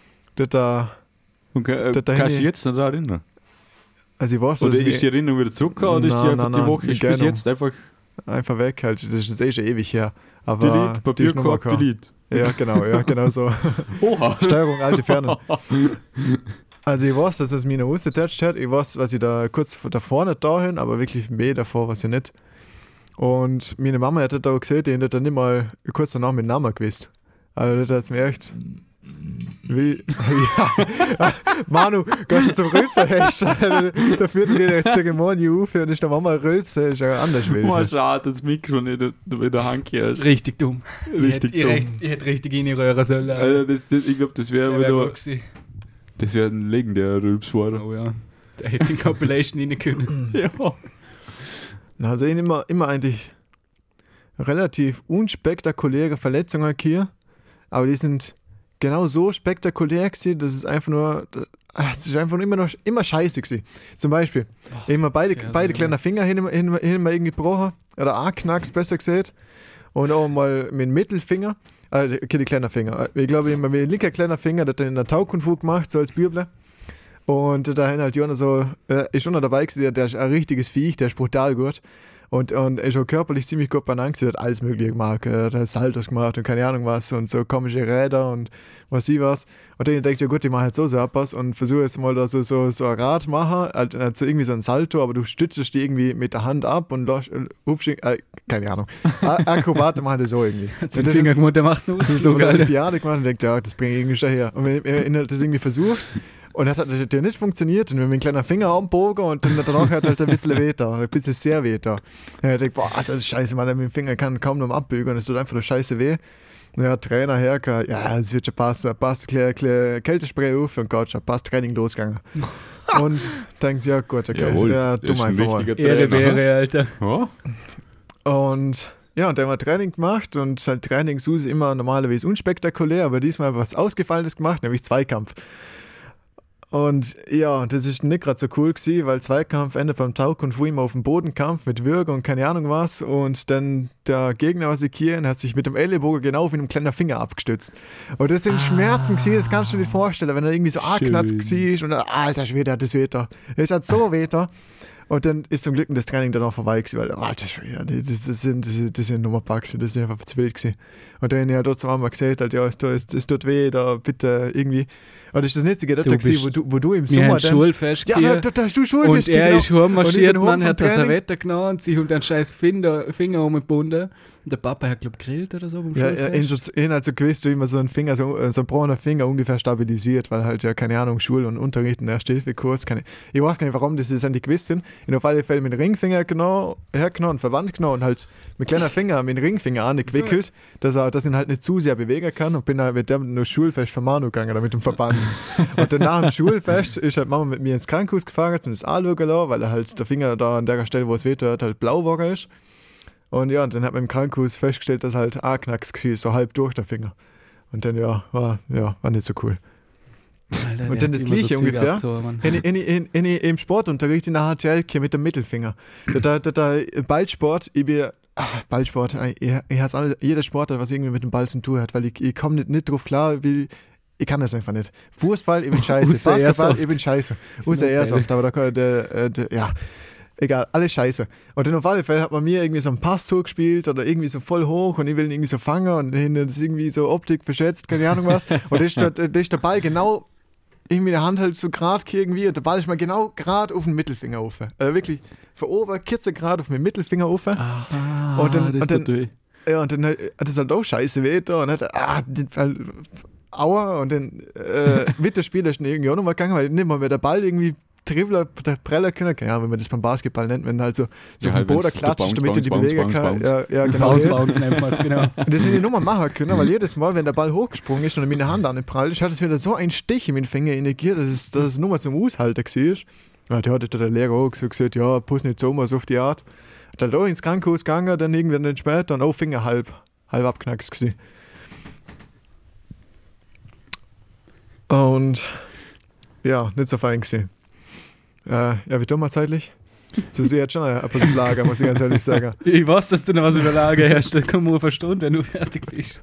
S2: Okay,
S3: Da
S2: kannst du
S3: hin-
S2: dich jetzt noch daran erinnern?
S3: Also ich weiß,
S2: Oder
S3: dass ich
S2: ist die Erinnerung wieder zurückgekommen oder ist die
S3: Nein,
S2: einfach
S3: nein,
S2: die Woche
S3: nein,
S2: ist bis
S3: genau.
S2: jetzt einfach
S3: einfach weg halt. Das ist eh schon ewig her. Aber
S2: Delete,
S3: die ist noch mal
S2: Papierkorb,
S3: gekommen.
S2: Delete.
S3: Ja, genau so.
S2: Oha!
S3: Steuerung, alte Ferne. Also ich weiß, dass es mich noch rausgetatscht hat. Ich weiß, was ich da kurz davor nicht da hin, aber wirklich mehr davor weiß ich nicht. Und meine Mama hat da gesehen, die hat dann nicht mal kurz danach mit Namen gewusst. Also das hat es mir echt... Wie... Ja. Manu, gehst du zum Rülpser hast? Da führt mir die Zeremonie auf und ist der Mama Rülpser, ist ja anders wild.
S2: Oh, schade, das Mikro nicht in der Hand hast.
S1: Richtig dumm.
S2: Richtig dumm.
S1: Ich hätte richtig reinrühren sollen.
S2: Also ich glaube, das wäre
S1: Der wär
S2: wieder...
S1: gut gewesen.
S2: Das wäre ein legendärer Rülpsfahrer.
S1: Oh ja. Der hätte in Compilation rein können.
S2: Ja.
S3: Na, also ich immer eigentlich relativ unspektakuläre Verletzungen hier, aber die sind genau so spektakulär gewesen, dass es einfach nur, es ist einfach nur immer scheiße gewesen. Zum Beispiel, ich habe mir beide kleinen Finger hin irgendwie gebrochen, oder angeknackst, besser gesagt, und auch mal mit dem Mittelfinger, okay, die kleinen Finger. Ich glaube, ich habe mit dem linken kleinen Finger, das in der Taukunfu gemacht, so als Büble. Und da hat halt Jonas so, ist schon noch dabei gewesen, der ist ein richtiges Viech, der ist brutal gut. Und ist auch körperlich ziemlich gut beieinander gewesen, hat alles Mögliche gemacht, hat Saltos gemacht und keine Ahnung was und so komische Räder und was ich was. Und dann denke ich, ja gut, ich mache halt so etwas und versuche jetzt mal da so ein Rad machen, halt so irgendwie so ein Salto, aber du stützt die irgendwie mit der Hand ab und keine Ahnung. Akrobate machen das so irgendwie.
S1: Hat den Finger gemacht, der macht einen
S3: so
S1: Ausflug,
S3: eine
S1: Alter.
S3: Olympiade gemacht und denkt, ja, das bringe ich irgendwie schon her. Und wenn er das irgendwie versucht und das hat natürlich nicht funktioniert und wir haben einen kleinen Finger anbogen und dann danach hat halt ein bisschen weh da, ein bisschen sehr weh da. Und ich denke, boah, das ist scheiße, man, mit dem Finger kann kaum noch abbügen und es tut einfach nur scheiße weh. Und ja, Trainer hergekommen, ja, es wird schon passen, passt klar, Kältespray auf und Gott, schon passt Training losgegangen. Und denkt, ja gut, okay,
S2: Jawohl,
S3: ja,
S2: das ist
S3: dumm
S2: ein
S3: einfach mal.
S2: richtiger
S1: Ehre
S2: Trainer.
S1: wäre, Alter.
S2: Ja?
S3: Und ja, und der hat Training gemacht und sein Training ist immer normalerweise unspektakulär, aber diesmal was Ausgefallenes gemacht, nämlich Zweikampf. Und ja, das ist nicht gerade so cool gewesen, weil Zweikampf endet beim Tauch und immer auf dem Bodenkampf mit Würge und keine Ahnung was. Und dann der Gegner aus Ikea hat sich mit dem Ellenbogen genau auf einem kleinen Finger abgestützt. Und das sind Schmerzen gewesen, das kannst du dir nicht vorstellen, wenn er irgendwie so angeknatzt war und alter Schwede, das Wetter. Es hat so Wetter. Und dann ist zum Glück das Training dann auch vorbei gewesen, weil, alter Schwede, das sind Nummerpacks, das sind einfach zu wild gewesen. Und dann hat er dort zum einmal gesagt, halt, ja, es tut weh, da bitte irgendwie. Und das ist das Einzige, dort gewesen, wo du im
S1: Wir
S3: Sommer
S1: haben Schulfest
S3: ja,
S1: hier.
S3: da hast du Schulfest
S1: Und er
S3: genau.
S1: ist heimmarschiert,
S3: Und ich bin
S1: man
S3: heim
S1: hat
S3: vom
S1: das
S3: Training.
S1: Wetter genommen und sich um den scheiß Finger umgebunden. Und der Papa hat, glaub gegrillt oder so beim
S3: Ja,
S1: Schulfest.
S3: ihn hat so gewusst, wie man so einen Finger, so ein brauner Finger ungefähr stabilisiert, weil halt ja, keine Ahnung, Schule und Unterricht und Ersthilfekurs, ich weiß gar nicht, warum das nicht gewusst sind. In auf alle Fälle mit dem Ringfinger hergenommen und verwandt genommen und halt mit kleiner Finger mit dem Ringfinger angewickelt, dass ihn halt nicht zu sehr bewegen kann und bin halt mit dem nur Schulfest von Manu gegangen, oder mit dem Verband. Und dann nach dem Schulfest ist halt Mama mit mir ins Krankenhaus gefahren, zum das anschauen lassen, weil er halt der Finger da an der Stelle, wo es weh tut, halt blau war ist. Und ja, und dann hat man im Krankenhaus festgestellt, dass halt Knacks war, so halb durch der Finger. Und dann, war nicht so cool.
S1: Alter,
S3: Und
S1: der
S3: dann
S1: hat
S3: das
S1: immer
S3: Gleiche
S1: so Züge
S3: ungefähr.
S1: abgezogen, Mann.
S3: Im Sportunterricht in der HTL mit dem Mittelfinger. Da Ballsport, Ballsport, ich hasse alles, jeder Sportler, was irgendwie mit dem Ball zu tun hat, weil ich komme nicht drauf klar, ich kann das einfach nicht. Fußball, ich bin scheiße.
S1: Außer
S3: Basketball,
S1: Airsoft.
S3: ich bin scheiße.
S1: Ist
S3: Außer
S1: noch
S3: Airsoft, aber da kann ja. Egal, alles scheiße. Und dann auf alle Fälle hat man mir irgendwie so einen Pass zugespielt oder irgendwie so voll hoch und ich will ihn irgendwie so fangen und dann ist irgendwie so Optik verschätzt, keine Ahnung was. Und da ist der Ball genau irgendwie in der Hand halt so gerade irgendwie und der Ball ist mal genau gerade auf den Mittelfinger auf. Wirklich von oben, kurze Grad auf den Mittelfinger auf.
S1: Aha,
S3: Und dann-
S2: das
S3: und dann-
S2: tut weh.
S3: Ja, und dann hat es halt auch scheiße weh da und hat Aua und dann wird der Spieler schon irgendwie auch nochmal gegangen, weil nicht mal mehr der Ball irgendwie Dribbler, der Preller können, keine Ahnung, wenn man das beim Basketball nennt, wenn halt so
S2: Ja,
S3: auf den Boden
S2: wenn's der
S3: klatscht, damit du die bewegen kannst. Ja, genau.
S1: Bounce nennt man es, genau.
S3: Und das hätte ich nur mal machen können, weil jedes Mal, wenn der Ball hochgesprungen ist und meine Hand an den Prall ist, hat es wieder so einen Stich in meinen Finger innegiert, dass es nur mal zum Aushalten war. Ja, der hat der Lehrer auch gesagt, ja, pass nicht so mal so auf die Art. Hat er da ins Krankenhaus gegangen, dann irgendwann dann später und auch Finger halb abknackst gewesen. Und ja, nicht so fein gewesen. Ja, wie tun wir zeitlich? So sehe jetzt schon ein bisschen Lager, muss ich ganz ehrlich sagen.
S1: Ich weiß, dass du noch was über Lager hast, dann komm mal verstehen, wenn du fertig bist.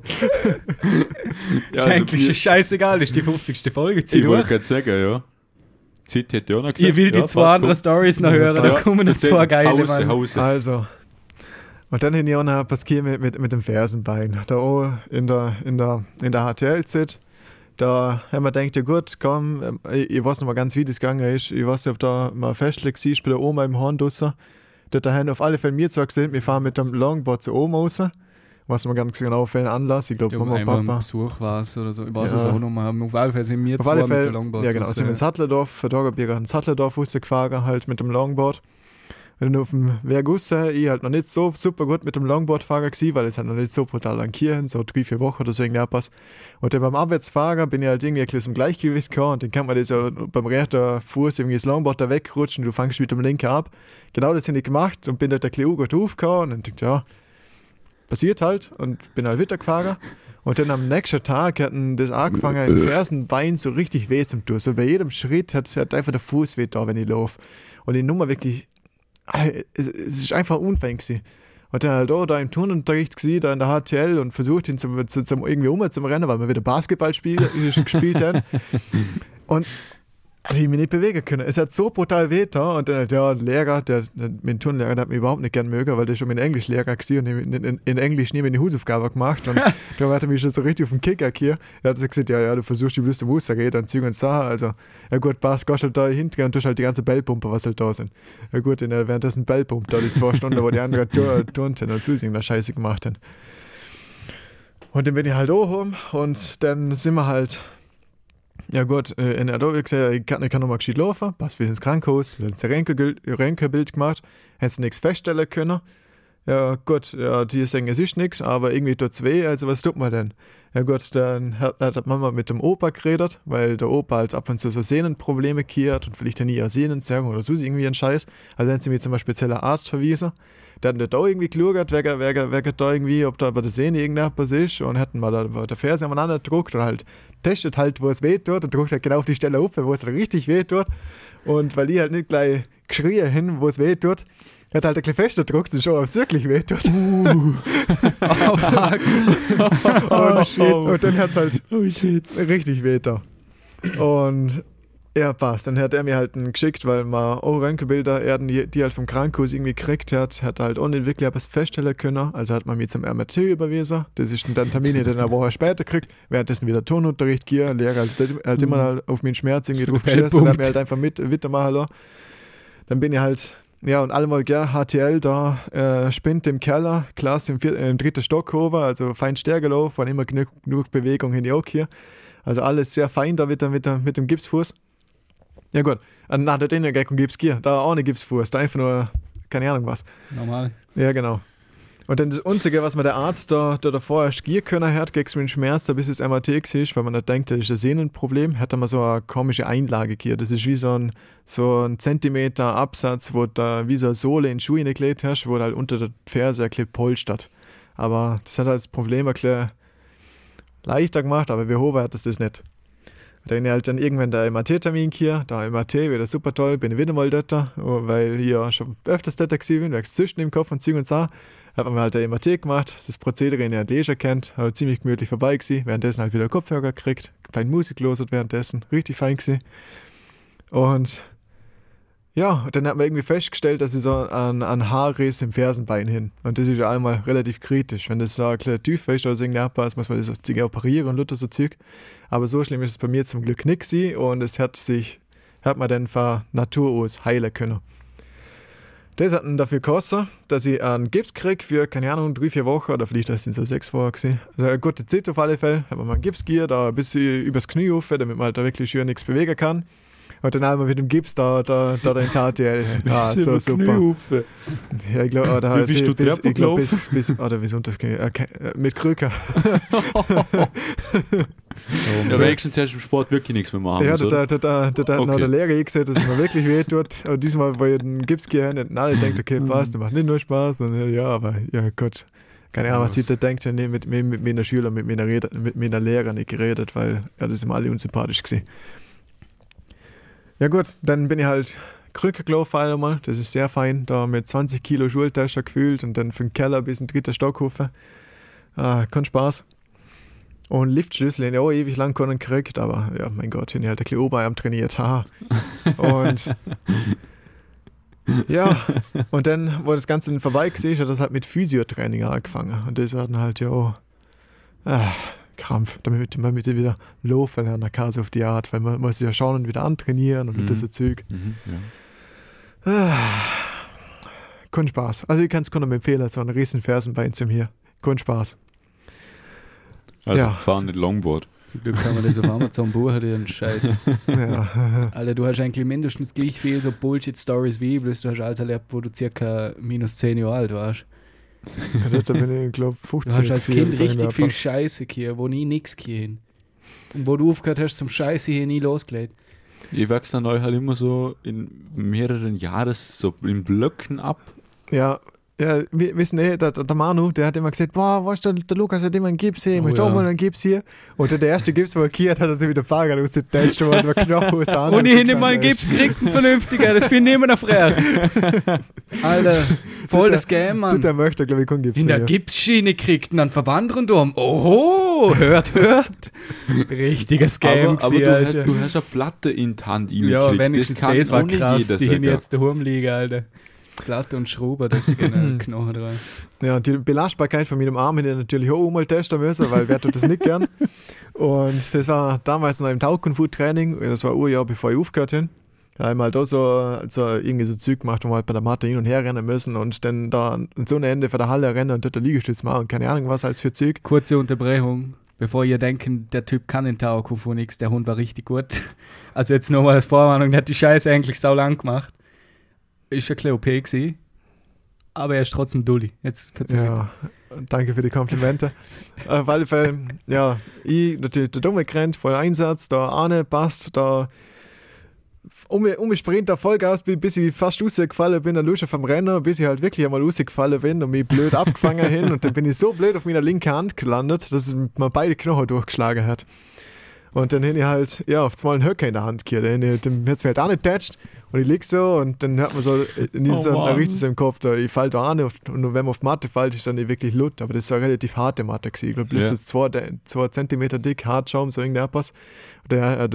S2: Ja,
S1: Eigentlich ist scheißegal, das ist die 50. Folge.
S2: Ich wollte gerade sagen, ja. Zeit hätte ich auch noch gesagt.
S1: Ich will die
S2: ja,
S1: zwei anderen Stories noch hören, da kommen noch zwei geile, Mann.
S2: Hause.
S3: Also. Und dann hätte ich auch noch ein Paskier mit dem Fersenbein. Da oben in der HTL-Zit. Da haben wir gedacht, ja gut, komm, ich weiß noch mal ganz, wie das gegangen ist. Ich weiß nicht, ob da mal festgelegt war, bei der Oma im Horn draussen. Da haben auf alle Fälle mir zwar gesehen, wir fahren mit dem Longboard zur Oma raus. Was man ganz genau auf welchen Anlass. Ich glaube, Mama und Papa.
S1: Im Besuch war es oder so. Ich weiß es auch noch mal. Auf alle Fälle sind wir
S3: zwei mit
S1: dem Longboard.
S3: Ja, genau. Sind wir in Sattledorf, von Dagerberger in Sattledorf rausgefahren, halt mit dem Longboard. Und dann auf dem Weg raus, ich halt noch nicht so super gut mit dem Longboard-Fahrer gewesen, weil es halt noch nicht so brutal an Kirchen, so 3-4 Wochen oder so irgendwie abpasst. Und dann beim Abwärtsfahrer bin ich halt irgendwie ein bisschen im Gleichgewicht gekommen und dann kann man das ja beim rechten Fuß irgendwie das Longboard da wegrutschen und du fängst mit dem linken ab. Genau das habe ich gemacht und bin halt der Kleu gut aufgekommen und dann dachte ich, ja, passiert halt und bin halt weitergefahren. Und dann am nächsten Tag hat das angefangen, im Fersenbein so richtig weh zu tun. So bei jedem Schritt hat einfach der Fuß weh da, wenn ich laufe. Und die Nummer wirklich, es ist einfach unfähig gewesen. Und dann halt auch da im Turnunterricht gewesen, da in der HTL und versucht ihn zum irgendwie umzurennen, weil wir wieder Basketball gespielt haben. Und also ich mich nicht bewegen können. Es hat so brutal weh da und dann halt, ja, der Lehrer, mein Turnlehrer, der hat mich überhaupt nicht gern mögen, weil der schon mein Englischlehrer war und in Englisch nie meine Hausaufgabe gemacht und da hat er mich schon so richtig auf den Kicker hier. Er hat so gesagt, ja, du versuchst, du wirst im Muster reden und Zeug und Sachen, also, ja gut, passt, gehst halt da hinten und tust halt die ganze Bellpumpe, was halt da sind. Ja gut, währenddessen Bellpumpe da die 2 Stunden, wo die anderen turnt und zusingen, da Scheiße gemacht haben. Und dann bin ich halt auch rum und dann sind wir halt. Ja gut, in der Adobe gesagt, ich kann nochmal gescheit laufen, passt wieder ins Krankenhaus, dann ein Röntgenbild gemacht, hättest nichts feststellen können. Ja gut, ja, die sagen, es ist nichts, aber irgendwie tut's weh, also was tut man denn? Ja gut, dann hat Mama mit dem Opa geredet, weil der Opa halt ab und zu so Sehnenprobleme hat und vielleicht ja nie Sehnenzerrung oder so irgendwie ein Scheiß. Also dann haben sie mir zum Beispiel einen speziellen Arzt verwiesen. Der hat da irgendwie geschaut, wer da irgendwie, ob da bei der Sehne irgendetwas ist und hätten mal der Ferse aneinander gedruckt und halt testet halt, wo es weh tut und druckt halt genau auf die Stelle auf, wo es richtig weh tut. Und weil ich halt nicht gleich geschrien hin, wo es weh tut, hat halt ein bisschen fester gedruckt und schon, ob es wirklich weh tut.
S1: Oh, fuck.
S3: Und dann hat es halt richtig weh da. Und ja, passt. Dann hat er mir halt einen geschickt, weil man auch Röntgenbilder, die halt vom Krankenhaus irgendwie gekriegt hat halt auch nicht wirklich etwas feststellen können. Also hat man mir zum MRT überwiesen. Das ist dann Termin, den er eine Woche später kriegt. Währenddessen wieder Turnunterricht hier. Lehrer halt immer auf meinen Schmerz irgendwie drauf geschissen und hat mir halt einfach weitermachen lassen. Dann bin ich halt, ja, und allemal gern HTL da, spinnt im Keller, Klasse im 3. Stock oben, also fein Stärkelaufen, waren immer genug Bewegung in die auch hier. Also alles sehr fein da mit dem Gipsfuß. Ja gut, nach der Innengeckung gibt's Gier, da auch nicht Gipsfuß, da einfach nur, keine Ahnung was.
S1: Normal.
S3: Ja, genau. Und dann das Einzige, was mir der Arzt da vorher Gier können hat, gegen den Schmerz, da bis es MRT ist, weil man nicht denkt, das ist ein Sehnenproblem, hat er mal so eine komische Einlage hier. Das ist wie so ein Zentimeter Absatz, wo da wie so eine Sohle in Schuhe gelegt hast, wo halt unter der Ferse ein bisschen polstert. Aber das hat halt das Problem ein bisschen leichter gemacht, aber wie hoch hat das nicht. Dann halt dann irgendwann der MRT-Termin hier, der MRT wieder super toll, bin ich wieder mal dort, weil ich ja schon öfters dort gewesen bin, weil ich zwischen im Kopf und Zeug und so, hat man halt der MRT gemacht, das Prozedere in der Leisure kennt, halt ziemlich gemütlich vorbei gewesen, währenddessen halt wieder Kopfhörer gekriegt, fein Musik losert währenddessen, richtig fein gewesen. Und ja, dann hat man irgendwie festgestellt, dass ich so einen Haarriss im Fersenbein hin. Und das ist ja einmal relativ kritisch. Wenn das so ein kleiner Tief ist oder so irgendwas, muss man das so operieren und lauter so Zeug. Aber so schlimm ist es bei mir zum Glück nicht gewesen und es hat man dann von Natur aus heilen können. Das hat dann dafür gekostet, dass ich einen Gips kriege für, keine Ahnung, 3-4 Wochen oder vielleicht sind es so 6 Wochen gewesen. Also eine gute Zeit auf alle Fälle. Hat man mal einen Gips gegeben, da ein bisschen übers Knie rauf, damit man halt da wirklich schön nichts bewegen kann. Und dann einmal mit dem Gips da den TTL. Ah, so super.
S2: Kniehufe.
S3: Ja, ich glaube, oder
S2: Wie bist du Treppe gelaufen?
S3: oder wie sonst mit Krücken.
S2: So, ja, wenigstens hast du im Sport wirklich nichts mehr machen.
S3: Ja,
S2: oder?
S3: da hat der Lehrer gesehen, dass es mir wirklich weh tut. Und diesmal, wo ich den Gips gehört und alle denkt, okay, passt, das macht nicht nur Spaß. Und ja, aber ja, Gott. Keine Ahnung, was sie da denkt, ja, nee, mit meiner Schüler, mit meiner Lehrer nicht geredet, weil ja, das sind alle unsympathisch gewesen. Ja gut, dann bin ich halt Krücke gelaufen einmal, das ist sehr fein, da mit 20 Kilo Schultasche gefühlt und dann von Keller bis in den 3. Stock hoch. Kein Spaß. Und Liftschlüssel, ja, ewig lang keinen gekriegt, aber ja, mein Gott, ich habe halt ein bisschen Oberarm trainiert, haha. Und ja, und dann, wo das Ganze dann vorbei war, hat das halt mit Physiotraining angefangen. Und das war dann halt, ja, Krampf, damit man wieder laufen lernen kann, so auf die Art, weil man muss ja schauen und wieder antrainieren und das so Zeug. Kein Spaß. Also ich kann es nur empfehlen, so einen riesen Fersenbein zum hier. Kein Spaß.
S2: Also
S3: ja.
S2: fahren nicht Longboard.
S1: Zum Glück kann man das auf Amazon buchen, den Scheiß.
S3: Ja.
S1: Alter, du hast eigentlich mindestens gleich viel so Bullshit-Stories wie ich, bloß du hast alles erlebt, wo du circa minus 10 Jahre alt warst.
S3: Ja, da bin ich, glaube 15.
S1: Du hast als Kind
S3: so in
S1: richtig
S3: der
S1: viel
S3: Phase.
S1: Scheiße hier, wo nie nix gehen. Und wo du aufgehört hast zum Scheiße hier nie losgelegt.
S2: Ich wachse dann euch halt immer so in mehreren Jahren so in Blöcken ab.
S3: Ja, wir wissen der Manu, der hat immer gesagt, boah, weißt du, der Lukas hat immer einen Gips hier, ich möchte auch mal einen Gips hier. Und der erste Gips, wo er hier hat, hat er sich wieder Fahrrad ausgetauscht, wo er Knochen aus der Hand
S1: Und ich hätte mal einen Gips gekriegt, einen vernünftiger, das finde ich immer noch frech. Alter, voll das Game, Mann.
S3: Der möchte, glaube ich, keinen Gips
S1: In der
S3: mehr.
S1: Gipsschiene kriegt und dann Verband rundum. Oho, hört. Richtiges Game
S2: Aber
S1: gewesen,
S2: du hast eine Platte in die Hand reingekriegt.
S1: ja, wenigstens das war
S2: auch nicht
S1: krass.
S2: jeder
S1: Die hin
S2: sagen.
S1: jetzt daheim liegen, Alter. Platte und Schrauber, da ist genau Knochen dran.
S3: Ja, und die Belastbarkeit von meinem Arm hätte ich natürlich auch mal testen müssen, weil wer tut das nicht gern. Und das war damals noch im Tauchkung-Food-Training, das war ein Jahr bevor ich aufgehört habe. Da haben wir halt auch so irgendwie so Zeug gemacht, wo wir halt bei der Matte hin und her rennen müssen und dann da an so eine Ende von der Halle rennen und dort der Liegestütz machen und keine Ahnung was als für Zeug.
S1: Kurze Unterbrechung, bevor ihr denken, der Typ kann in Tauchen von nichts, der Hund war richtig gut. Also jetzt nochmal als Vorwarnung, der hat die Scheiße eigentlich sau lang gemacht. Ist ein bisschen OP gewesen, aber er ist trotzdem dulli. Jetzt verzeih
S3: Ja, danke für die Komplimente. Auf alle Fälle, ja, ich natürlich der Dumme gerannt, voll Einsatz, da Arne passt, da um Sprint da Vollgas, bis ich fast rausgefallen bin, der Lusche vom Rennen, bis ich halt wirklich einmal rausgefallen bin und mich blöd abgefangen hin und dann bin ich so blöd auf meiner linken Hand gelandet, dass es mir beide Knochen durchgeschlagen hat. Und dann hätte ich halt, ja, auf einmal einen Höcker in der Hand gehabt. Dann hat es mir halt auch nicht getatscht. Und ich lieg so und dann hört man so, richtig so im Kopf, da, ich fall da an und wenn man auf die Matte fällt, ist dann nicht wirklich Lut. Aber das ist eine relativ harte Matte gewesen. Ich glaube, das ist 2 Zentimeter dick, Hartschaum, so irgendetwas. Der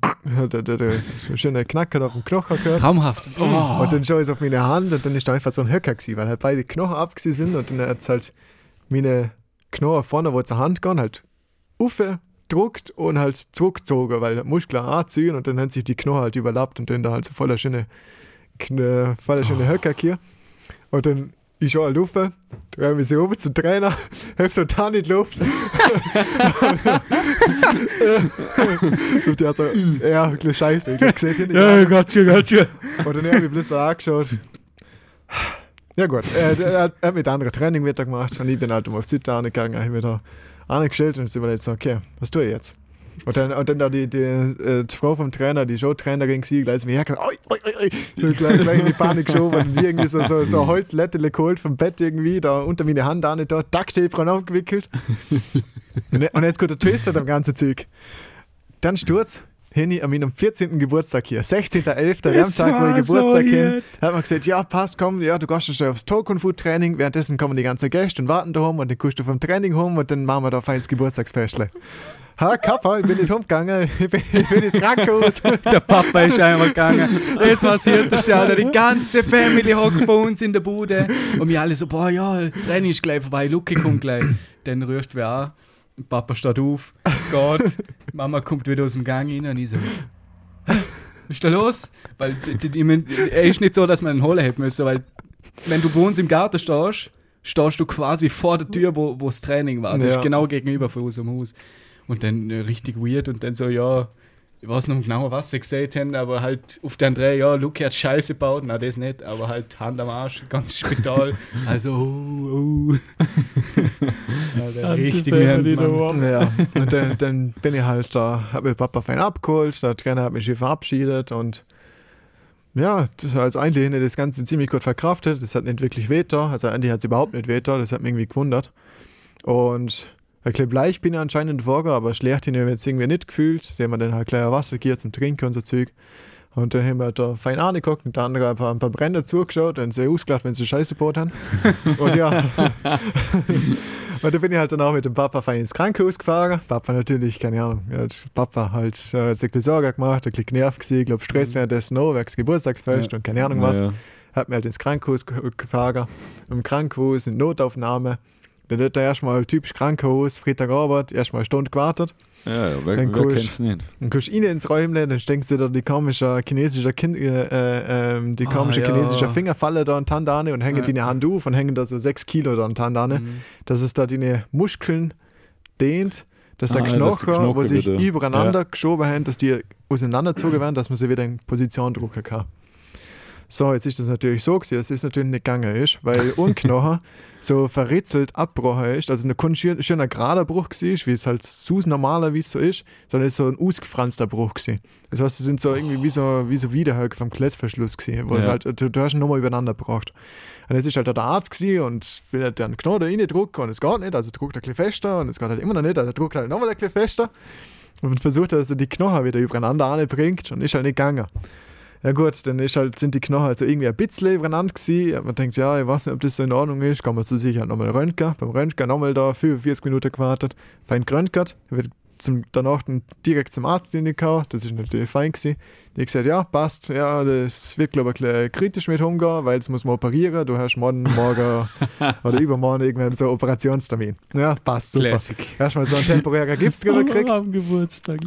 S3: ist schön ein Knacker auf dem Knochen gehört.
S1: Traumhaft. Oh.
S3: Und dann schaue ich auf meine Hand und dann ist da einfach so ein Höcker gewesen, weil halt beide Knochen abgewesen sind und dann hat es halt meine Knochen vorne, wo zur Hand gehen, halt aufgedruckt und halt zurückgezogen, weil Muskeln anziehen und dann haben sich die Knochen halt überlappt und dann da halt so voller schöne Höcker hier. Und dann ich schaue halt rauf, drehe mich so oben zum Trainer, hab so da nicht Luft. Und der hat so, ja, wirklich scheiße, ich hab gesehen hier nicht.
S1: Ja, gotcha.
S3: Und dann habe ich bloß so angeschaut. Ja gut, er hat mit anderen Training weitergemacht und ich bin halt auf die Seite angegangen, habe mich da angestellt und so überlegt, so, okay, was tue ich jetzt? Und dann da die Frau vom Trainer, die Showtrainerin war, gleich zu mir herkam, gleich in die Panik geschoben und irgendwie so ein Holzlettele geholt vom Bett irgendwie, da unter meine Hand auch nicht da, Ducktape dran aufgewickelt. Und jetzt kommt der Twist an dem ganzen Zeug. Dann Sturz, hin an meinem 14. Geburtstag hier, 16.11., der Tag, wo ich Geburtstag hin, hat man gesagt, ja, passt, komm, ja, du gehst schon aufs Token-Food-Training, währenddessen kommen die ganzen Gäste und warten da und dann kommst du vom Training home und dann machen wir da feines Geburtstagsfestle. Ha, Kappa, ich bin nicht umgegangen, ich bin ins Krankenhaus.
S1: Der Papa ist einmal gegangen. Das war's hier, die ganze Family hockt bei uns in der Bude. Und wir alle so, boah, ja, Training ist gleich vorbei, Luki kommt gleich. Dann rührst du wer an, Papa steht auf, geht, Mama kommt wieder aus dem Gang rein und ich so, was ist da los? Weil er ist nicht so, dass man ihn holen hätte müssen, weil wenn du bei uns im Garten stehst du quasi vor der Tür, wo das Training war. Das ist genau gegenüber von unserem Haus. Und dann richtig weird und dann so, ja, ich weiß noch genau, was sie gesagt haben, aber halt auf den Dreh, ja, Luki hat Scheiße gebaut, na das nicht, aber halt Hand am Arsch, ganz Spital, also, ja, der richtig Mann.
S3: Ja, und dann bin ich halt da, hab mir Papa fein abgeholt, der Trainer hat mich schön verabschiedet und ja, also eigentlich hätte ich das Ganze ziemlich gut verkraftet, das hat nicht wirklich wehgetan, also eigentlich hat es überhaupt nicht wehgetan, das hat mich irgendwie gewundert und ein bisschen bleich bin ich anscheinend vorher, aber schlecht habe ich jetzt irgendwie nicht gefühlt, sehen wir dann halt gleich Wasser hier zum Trinken und so Zeug und dann haben wir da fein angeguckt und der andere ein paar Brenner zugeschaut und sie ausgelacht, wenn sie Scheiße gebaut haben und ja. Und da bin ich halt dann auch mit dem Papa fein ins Krankenhaus gefahren. Papa natürlich, keine Ahnung, Papa halt sich die Sorge gemacht, ein bisschen genervt gewesen, ich glaube Stress währenddessen noch, wegen Geburtstagsfest und keine Ahnung was. Ja. Hat mich halt ins Krankenhaus gefahren, im Krankenhaus, in Notaufnahme. Dann wird er erstmal typisch Krankenhaus, Freitagabend, erstmal eine Stunde gewartet.
S2: Ja, wer kennt's nicht?
S3: Dann kommst du rein ins Räumchen, dann steckst du da die komische chinesische Fingerfalle da an die Hand an und hängen die in die Hand auf und hängen da so 6 Kilo da an die Hand an. Dass es da die Muskeln dehnt, dass der Knochen, wo sich übereinander geschoben haben, dass die auseinandergezogen werden, dass man sie wieder in Position drücken kann. So, jetzt ist das natürlich so gewesen, dass es natürlich nicht gegangen ist, weil ein Knochen so verritzelt abgebrochen ist. Also nicht ein schöner gerader Bruch war, wie es halt so normalerweise so ist, sondern es ist so ein ausgefranster Bruch gewesen. Das heißt, es sind so irgendwie wie so Widerhöhe vom Klettverschluss gewesen, wo es halt, du hast ihn nochmal übereinander gebracht. Und jetzt ist halt der Arzt gewesen und will halt den Knochen da reindrücken und es geht nicht, also drückt ein bisschen fester und es geht halt immer noch nicht, also drückt halt nochmal ein bisschen fester und versucht, dass er die Knochen wieder übereinander anbringt und ist halt nicht gegangen. Ja gut, dann sind die Knochen halt so irgendwie ein bisschen übereinander gewesen. Man denkt, ja, ich weiß nicht, ob das so in Ordnung ist. Kann man so sicher nochmal röntgen. Beim Röntgen nochmal da 45 Minuten gewartet. Fein geröntgt. Wird danach dann direkt zum Arzt hingekommen. Das ist natürlich fein gewesen. Ich gesagt, ja, passt. Ja, das wird, glaube ich, ein bisschen kritisch mit Hunger, weil das muss man operieren. Du hast morgen oder übermorgen irgendwann so einen Operationstermin. Ja, passt, super.
S1: Classic.
S3: Erstmal so einen temporären Gips drüber gekriegt.
S2: Am Geburtstag,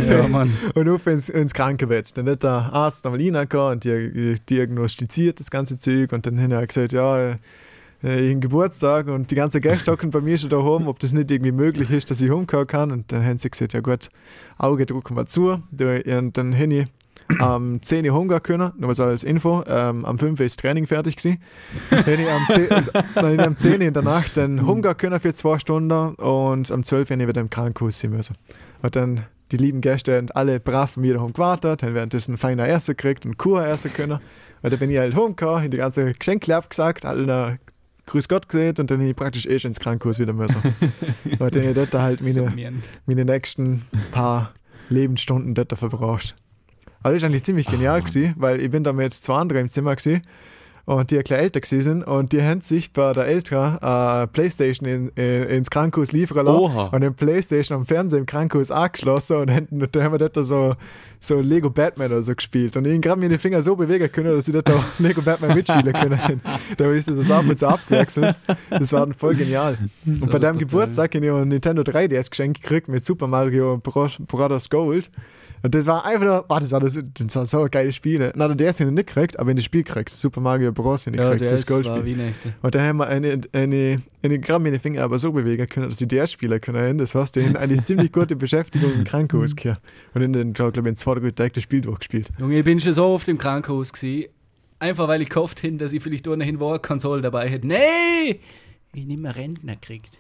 S3: und auf ins Krankenbett. Dann wird der Arzt nochmal reingekommen und diagnostiziert das ganze Zeug. Und dann hat er gesagt, ja, ihren Geburtstag und die ganzen Gäste hocken bei mir schon daheim, ob das nicht irgendwie möglich ist, dass ich umkommen kann. Und dann haben sie gesagt, ja gut, Auge drücken wir zu. Und dann habe ich am 10 Uhr hungern können, nur so als Info. Am 5 Uhr ist das Training fertig gewesen. Dann habe ich am 10 Uhr in der Nacht dann hungern können für 2 Stunden und am 12 Uhr wieder im Krankenhaus sein müssen. Und dann die lieben Gäste haben alle brav von mir daheim gewartet, haben währenddessen feiner Essen gekriegt und Kur essen können. Und dann bin ich halt heimgekommen, habe die ganze Geschenke abgesagt, allen Grüß Gott gesehen und dann bin ich praktisch ins Krankenhaus wieder müssen. Und dann habe ich dort halt meine nächsten paar Lebensstunden dort verbraucht. Aber das ist eigentlich ziemlich genial gewesen, weil ich bin da mit 2 anderen im Zimmer gewesen und die ein bisschen älter gewesen sind und die haben sich bei der Eltern Playstation ins Krankenhaus liefern lassen und den Playstation am Fernseher im Krankenhaus angeschlossen und da haben wir dort so Lego Batman oder so gespielt und ich gerade mir die Finger so bewegen können, dass ich dort auch Lego Batman mitspielen können. Da ist das ab und zu abgewechselt. Das war dann voll genial. Und bei deinem Geburtstag habe ich ein Nintendo 3DS geschenkt gekriegt mit Super Mario Bros. Gold. Und das war einfach nur, das war so ein geiles Spiel. Na, der ist ja nicht gekriegt, aber in das Spiel gekriegt. Super Mario Bros. Gekriegt, das Goldspiel. Und da haben wir gerade meine Finger aber so bewegen können, dass ich DS spielen können. Das heißt, die haben eine ziemlich gute Beschäftigung im Krankenhaus gehabt. Und in den, glaube ich, in 2 Tagen das Spiel durchgespielt.
S1: Junge, ich bin schon so oft im Krankenhaus gewesen. Einfach weil ich gehofft habe, dass ich vielleicht ohnehin eine Konsole dabei hätte. Nee! Ich nicht mehr Rentner gekriegt.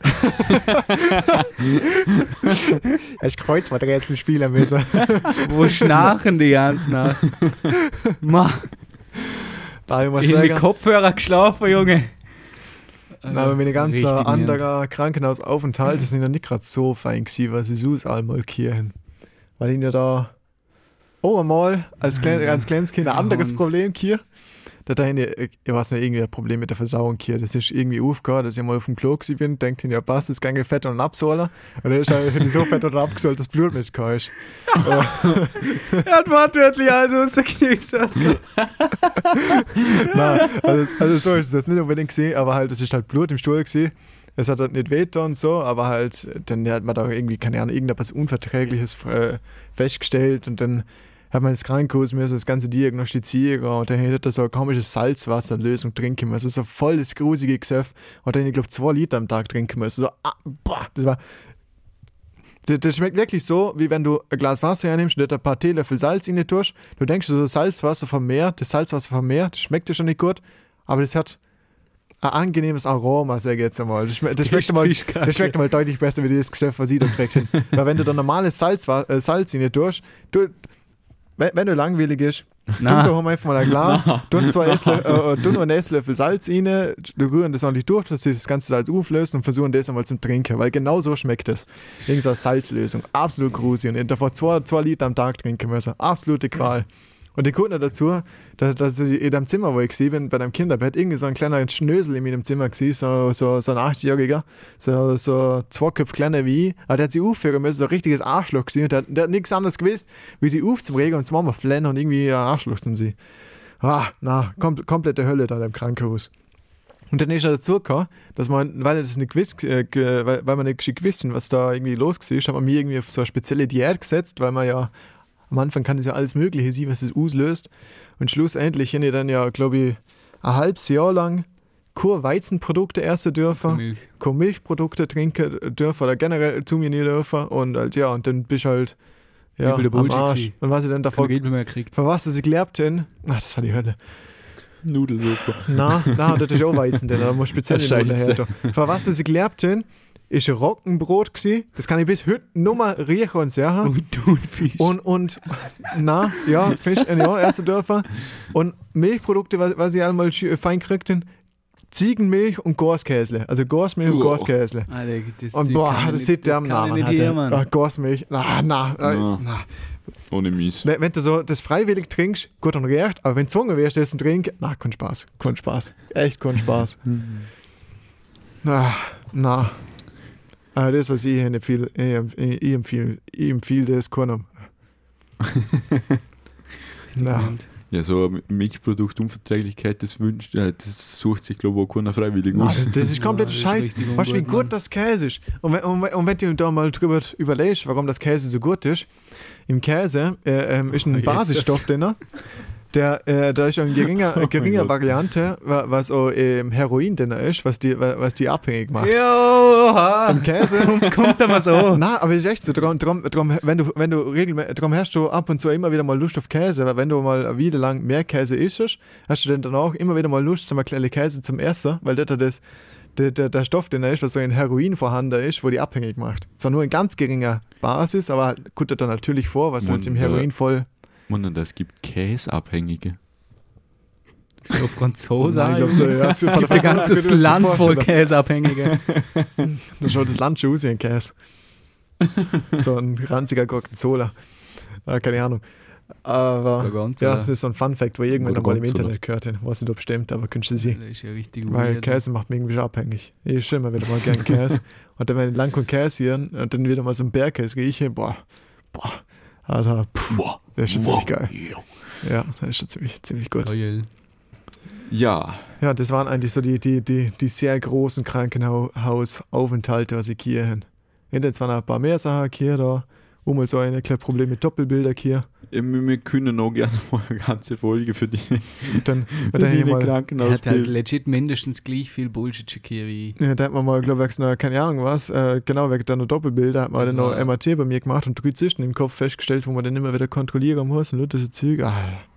S3: Hast Kreuzworträtsel spielen müssen.
S1: Wo schnarchen die ganze Nacht? Ma. Ich habe mit Kopfhörer geschlafen, Junge.
S3: Aber meine ganzen anderen Krankenhausaufenthalte sind ja nicht gerade so fein gewesen, was ich sonst einmal kehren. Weil ich ja da einmal als kleines Kind ein anderes Problem hier. Da habe ich weiß nicht, irgendwie ein Problem mit der Verdauung hier. Das ist irgendwie aufgehört, dass ich mal auf dem Klo gewesen bin, denkt ja passt, das geht fett und absohlen. Und dann ist halt so fett oder abgesohlt, dass Blut mitgekommen ist.
S1: Er hat wortwörtlich also aus der Knie.
S3: Nein, also so ist es jetzt nicht unbedingt gesehen, aber halt, es ist halt Blut im Stuhl gewesen. Es hat halt nicht wehgetan und so, aber halt, dann hat man da irgendwie, keine Ahnung, irgendetwas Unverträgliches festgestellt und dann hat man ins Krankenhaus müssen das Ganze diagnostizieren und dann hätte er so eine komische Salzwasserlösung trinken müssen, so voll das grusige Gesöff und dann, ich glaube, 2 Liter am Tag trinken müssen. So, das Das schmeckt wirklich so, wie wenn du ein Glas Wasser hernimmst und da ein paar Teelöffel Salz rein tust. Du denkst, so Salzwasser vom Meer, das schmeckt dir schon nicht gut, aber das hat ein angenehmes Aroma, sage ich jetzt einmal. Das schmeckt einmal deutlich besser, wie das Geschäft, was ich da kriegt. Weil wenn du da normales Salz rein tust, wenn du langweilig bist, tu da einfach mal ein Glas, tu nur einen Esslöffel Salz rein, du rühren das ordentlich durch, dass sich das ganze Salz auflöst und versuchen das einmal zum Trinken, weil genau so schmeckt es. Irgend so eine Salzlösung, absolut grusig. Und ich davor 2 Liter am Tag trinken müssen, absolute Qual. Und die kommt noch dazu, dass ich in dem Zimmer, wo ich bin, bei dem Kinderbett, irgendwie so ein kleiner Schnösel in meinem Zimmer war, so ein 8-Jähriger, so 2 Köpfe kleiner wie ich, aber der hat sich aufführen müssen, so ein richtiges Arschloch gewesen, und der hat nichts anderes gewusst, wie sie aufzuregen und zu machen flennen und irgendwie ein Arschloch zu sie. Komplette Hölle da im Krankenhaus. Und dann ist er dazu gekommen, dass man, weil man nicht gewusst, was da irgendwie los war, hat man mir irgendwie auf so eine spezielle Diät gesetzt, weil man ja am Anfang kann es ja alles Mögliche sein, was es auslöst. Und schlussendlich habe ich dann ja, glaube ich, ein halbes Jahr lang keine Weizenprodukte essen dürfen, keine Milchprodukte trinken dürfen oder generell zu mir nicht dürfen. Und halt, ja, und dann bist du halt am Arsch. Und was ich dann davor, für was ich gelernt habe, das war die Hölle.
S2: Nudelsuppe.
S3: Nein, das ist auch Weizen, denn da muss speziell die Nudeln her. Für was ich gelernt habe, ist ein Roggenbrot gsi. Das kann ich bis heute nur mal riechen und sagen.
S1: Und Thunfisch.
S3: Und Fisch essen dürfen. Und Milchprodukte, was ich einmal fein kriegte, Ziegenmilch und Gorskäsle. Also Gorsmilch und Gorskäsle. Und das sieht der am Namen. Gorsmilch.
S2: Ohne Mies.
S3: Wenn du so das freiwillig trinkst, gut und riecht, aber wenn du gezwungen wirst, das zu trinken, kein Spaß. Kein Spaß. Echt kein Spaß. Das, was ich empfehle, ich empfehle das keinem.
S2: Ja, so Milchproduktunverträglichkeit, das sucht sich, glaube ich, auch keiner freiwillig aus.
S3: Das ist komplett Scheiß. Weißt du, wie gut das Käse ist? Und wenn du da mal drüber überlegst, warum das Käse so gut ist, im Käse ist ein Basisstoff drin, da ist eine geringe Variante, was auch Heroin drin ist, was die abhängig macht.
S1: Joa!
S3: Im Käse.
S1: Kommt da mal so.
S3: Nein, aber es ist echt so. Drum, wenn du regelmäßig, drum hast du ab und zu immer wieder mal Lust auf Käse, weil wenn du mal eine Weile lang mehr Käse isst, hast du dann auch immer wieder mal Lust, zum kleinen Käse zum Essen, weil der Stoff, den ist, was so in Heroin vorhanden ist, wo die abhängig macht. Zwar nur in ganz geringer Basis, aber kommt das dann natürlich vor, was halt im Heroin voll.
S2: Und es gibt Käseabhängige.
S1: So Franzosen.
S3: Nein, ich glaube so, ja.
S1: Es gibt ein ganzes Land voll Käseabhängige.
S3: Da schaut das Land schon aus wie ein Käse. So ein ranziger Gorgonzola. Keine Ahnung. Aber das ist so ein Fun-Fact, wo ich irgendwann mal im Internet gehört habe. Weiß nicht, ob es stimmt, aber könntest du sie.
S1: Ja richtig
S3: weil
S1: weird.
S3: Käse macht mich irgendwie schon abhängig. Ich stelle mir wieder mal gerne Käse. Und dann, wenn ich lang kein Käse hier und dann wieder mal so ein Bergkäse rieche, Alter, der ist schon ziemlich geil. Ja, der ist schon ziemlich gut.
S1: Geil.
S2: Ja.
S3: Ja, das waren eigentlich so die sehr großen Krankenhausaufenthalte, was ich hier habe. Jetzt waren noch ein paar mehr Sachen hier da. Mal so ein kleines Problem mit Doppelbilder hier.
S2: Ja, wir können auch gerne mal eine ganze Folge für die
S1: Krankenhaus. Er hat halt legit mindestens gleich viel Bullshit hier wie.
S3: Ja, da hat man mal, glaube ich, noch, keine Ahnung was, genau wegen der Doppelbilder, hat man dann noch MRT bei mir gemacht und 3 Zysten im Kopf festgestellt, wo man dann immer wieder kontrollieren muss und so Züge.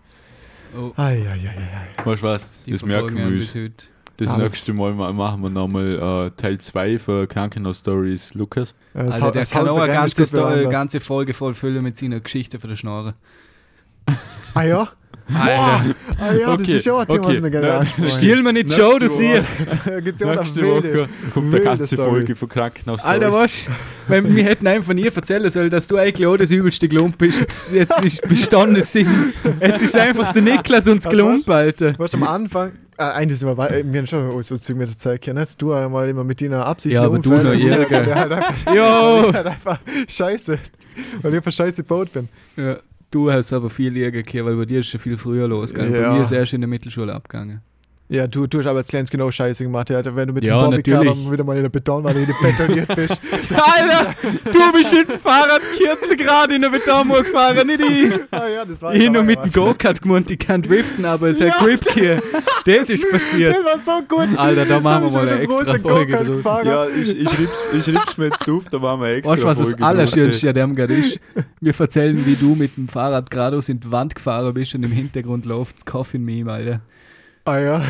S2: Weißt du was? Das merken wir uns. Das nächste Mal machen wir nochmal Teil 2 für Krankenhaus-Stories, Lukas.
S1: Also der kann auch eine ganze Folge voll füllen mit seiner Geschichte von der Schnorre.
S3: Ah ja?
S1: Alter.
S3: Das ist schon ein Thema, was ich mir gerne anspreche.
S1: Stiel mir nicht Show, das hier.
S2: Nächste Woche kommt eine ganze Folge von Krankenhaus-Stories.
S1: Alter, was? Weil wir hätten einfach von ihr erzählen sollen, dass du eigentlich auch das übelste Glump bist. Jetzt ist bestanden Sinn. Jetzt ist einfach der Niklas und das Glump, Alter.
S3: Was am Anfang... Eigentlich sind wir haben schon so Züge mit der Zeit nicht? Du einmal immer mit deiner Absicht.
S1: Ja, aber du noch
S3: Jo! Halt einfach scheiße. Weil ich einfach scheiße gebaut bin.
S1: Ja, du hast aber viel Jäger gehabt, weil bei dir ist schon viel früher losgegangen.
S3: Ja.
S1: Bei mir ist erst in der Mittelschule abgegangen.
S3: Ja, du hast aber jetzt ganz genau Scheiße gemacht, ja. Wenn du mit
S1: Ja,
S3: dem Bobbycar
S1: natürlich.
S3: dann wieder mal in der Betonwanne betoniert bist.
S1: Alter, du bist mit dem Fahrrad 40 Grad in der Betonmauer gefahren, nicht ich.
S3: Ah ja, das war
S1: Ich hab noch mit dem Go-Kart gemeint, ich kann driften, aber es ist ein Grip hier. Das ist passiert.
S3: Das war so gut.
S1: Alter, da machen wir
S3: Da hab
S1: mal eine
S3: ich schon
S1: extra
S3: mit dem
S1: Folge
S3: Go-Kart
S1: drüber.
S3: gefahren.
S2: Ja, ich rieb's mir jetzt auf, da machen wir extra
S1: Weißt du, was das
S2: Folge
S1: Allerschönste an dem gerade ist? Wir erzählen, wie du mit dem Fahrrad geradeaus in die Wand gefahren bist und im Hintergrund läuft das Coffee Meme, Alter.
S3: Ah ja.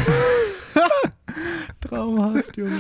S1: Traumhaft, Junge.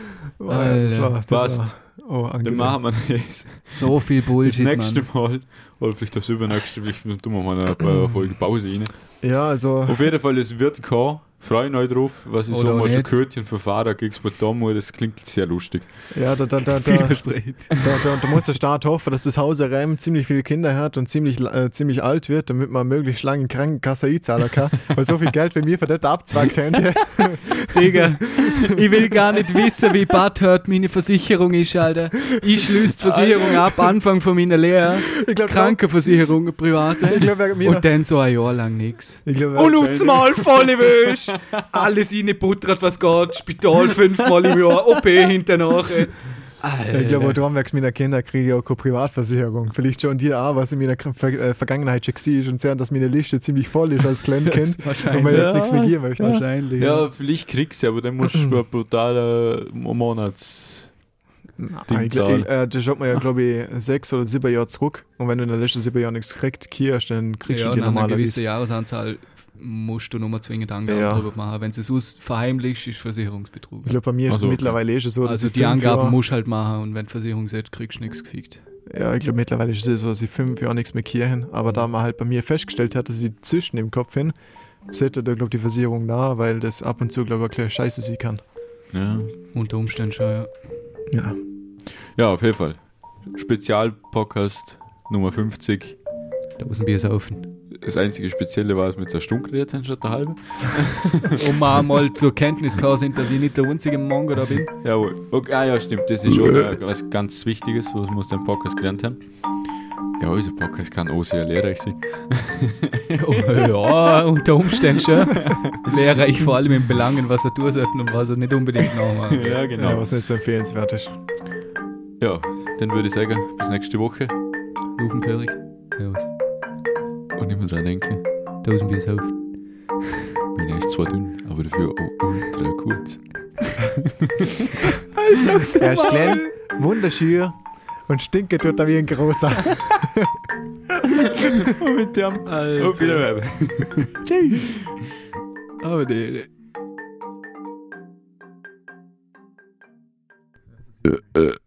S3: Das
S2: Passt.
S3: war, oh,
S2: Dann
S3: angenehm.
S2: machen wir das.
S1: So viel
S2: Das
S1: Bullshit,
S2: nächste
S1: Mann.
S2: Mal, oder vielleicht das übernächste, vielleicht tun wir mal eine Folge Pause rein.
S3: Ja, also,
S2: Auf jeden Fall, es wird kommen. Freue euch drauf, was ich
S1: Oder
S2: so
S1: auch
S2: mal schon
S1: nicht.
S2: gehört habe von Fahrer gegen Betonmauer, das klingt sehr lustig.
S3: ja, da
S1: Vielversprechend.
S3: muss der Staat hoffen, dass das Haus Reim ziemlich viele Kinder hat und ziemlich alt wird, damit man möglichst lange in Krankenkasse einzahlen kann. Weil so viel Geld, wie mir für das abzwackt hätte.
S1: Digga, ich will gar nicht wissen, wie butthurt meine Versicherung ist, Alter. Ich schließe die Versicherung ab, Anfang von meiner Lehre.
S3: Ich glaube,
S1: Krankenversicherung, private.
S3: Ich glaube, mir.
S1: Und dann so ein Jahr lang nix.
S3: Ich glaube,
S1: Und aufs Mal volle Wäsch. Alles reingebuttert, was geht. Spital 5-mal im Jahr. OP hinterher.
S3: ich glaube, darum wächst meiner Kinder kriege ich auch keine Privatversicherung. Vielleicht schon die auch, was in meiner Vergangenheit schon war und sehen, dass meine Liste ziemlich voll ist als Kleinkind und man jetzt nichts mehr geben möchte.
S1: Wahrscheinlich.
S2: Ja, vielleicht kriegst du, aber dann musst du brutal Monats.
S3: Das schaut man ja, glaube ich, 6 oder 7 Jahre zurück. Und wenn du in den letzten 7 Jahren nichts kriegst, dann kriegst
S1: Ja,
S3: du die
S1: nach einer gewissen
S3: normalerweise.
S1: Jahresanzahl musst du nochmal zwingend Angaben
S3: Ja.
S1: drüber machen. Wenn du es aus verheimlichst, ist Versicherungsbetrug.
S3: Ich glaube, bei mir ist
S2: Also,
S3: es
S2: okay.
S3: mittlerweile schon so, dass
S1: Also
S3: ich
S1: die
S3: 5
S1: Angaben
S3: Jahre,
S1: musst du halt machen und wenn die Versicherung sagt, kriegst du nichts gefickt.
S3: Ja, ich glaube, mittlerweile ist es so, dass ich 5 Jahre nichts mehr kirchen. Aber da man halt bei mir festgestellt hat, dass ich Züchten im Kopf hin, sollte da, glaube ich, die Versicherung da, weil das ab und zu, glaube ich, gleich scheiße sein kann.
S2: Ja.
S1: Unter Umständen schon, ja.
S3: Ja.
S2: Ja, auf jeden Fall. Spezialpodcast Nummer 50.
S1: Da muss ein Bier saufen.
S2: Das einzige Spezielle war, dass wir jetzt eine Stunde geredet haben, statt eine halbe.
S1: Um mal zur Kenntnis gekommen sind, dass ich nicht der einzige Mongo da bin.
S2: Jawohl. Okay, ja, stimmt. Das ist schon was ganz Wichtiges, was wir aus dem Podcast gelernt haben. Ja, unser Podcast kann auch sehr lehrreich sein.
S1: Oh, ja, unter Umständen schon. Lehrreich vor allem in Belangen, was er tun sollte und was er nicht unbedingt nachmachen soll.
S2: Ja,
S3: Ja,
S2: genau.
S3: was nicht so empfehlenswert ist.
S2: Ja, dann würde ich sagen, bis nächste Woche.
S1: Lufenkörig. Ja,
S2: Und immer dran denken,
S1: 1000 Bier saufen.
S2: meine ist zwar dünn, aber dafür auch ultra kurz.
S3: Er ist klein, wunderschön und stinken tut er wie ein großer.
S2: Und mit dem
S1: Alter.
S2: auf Wiedersehen. Tschüss.
S1: Aber die Ehre.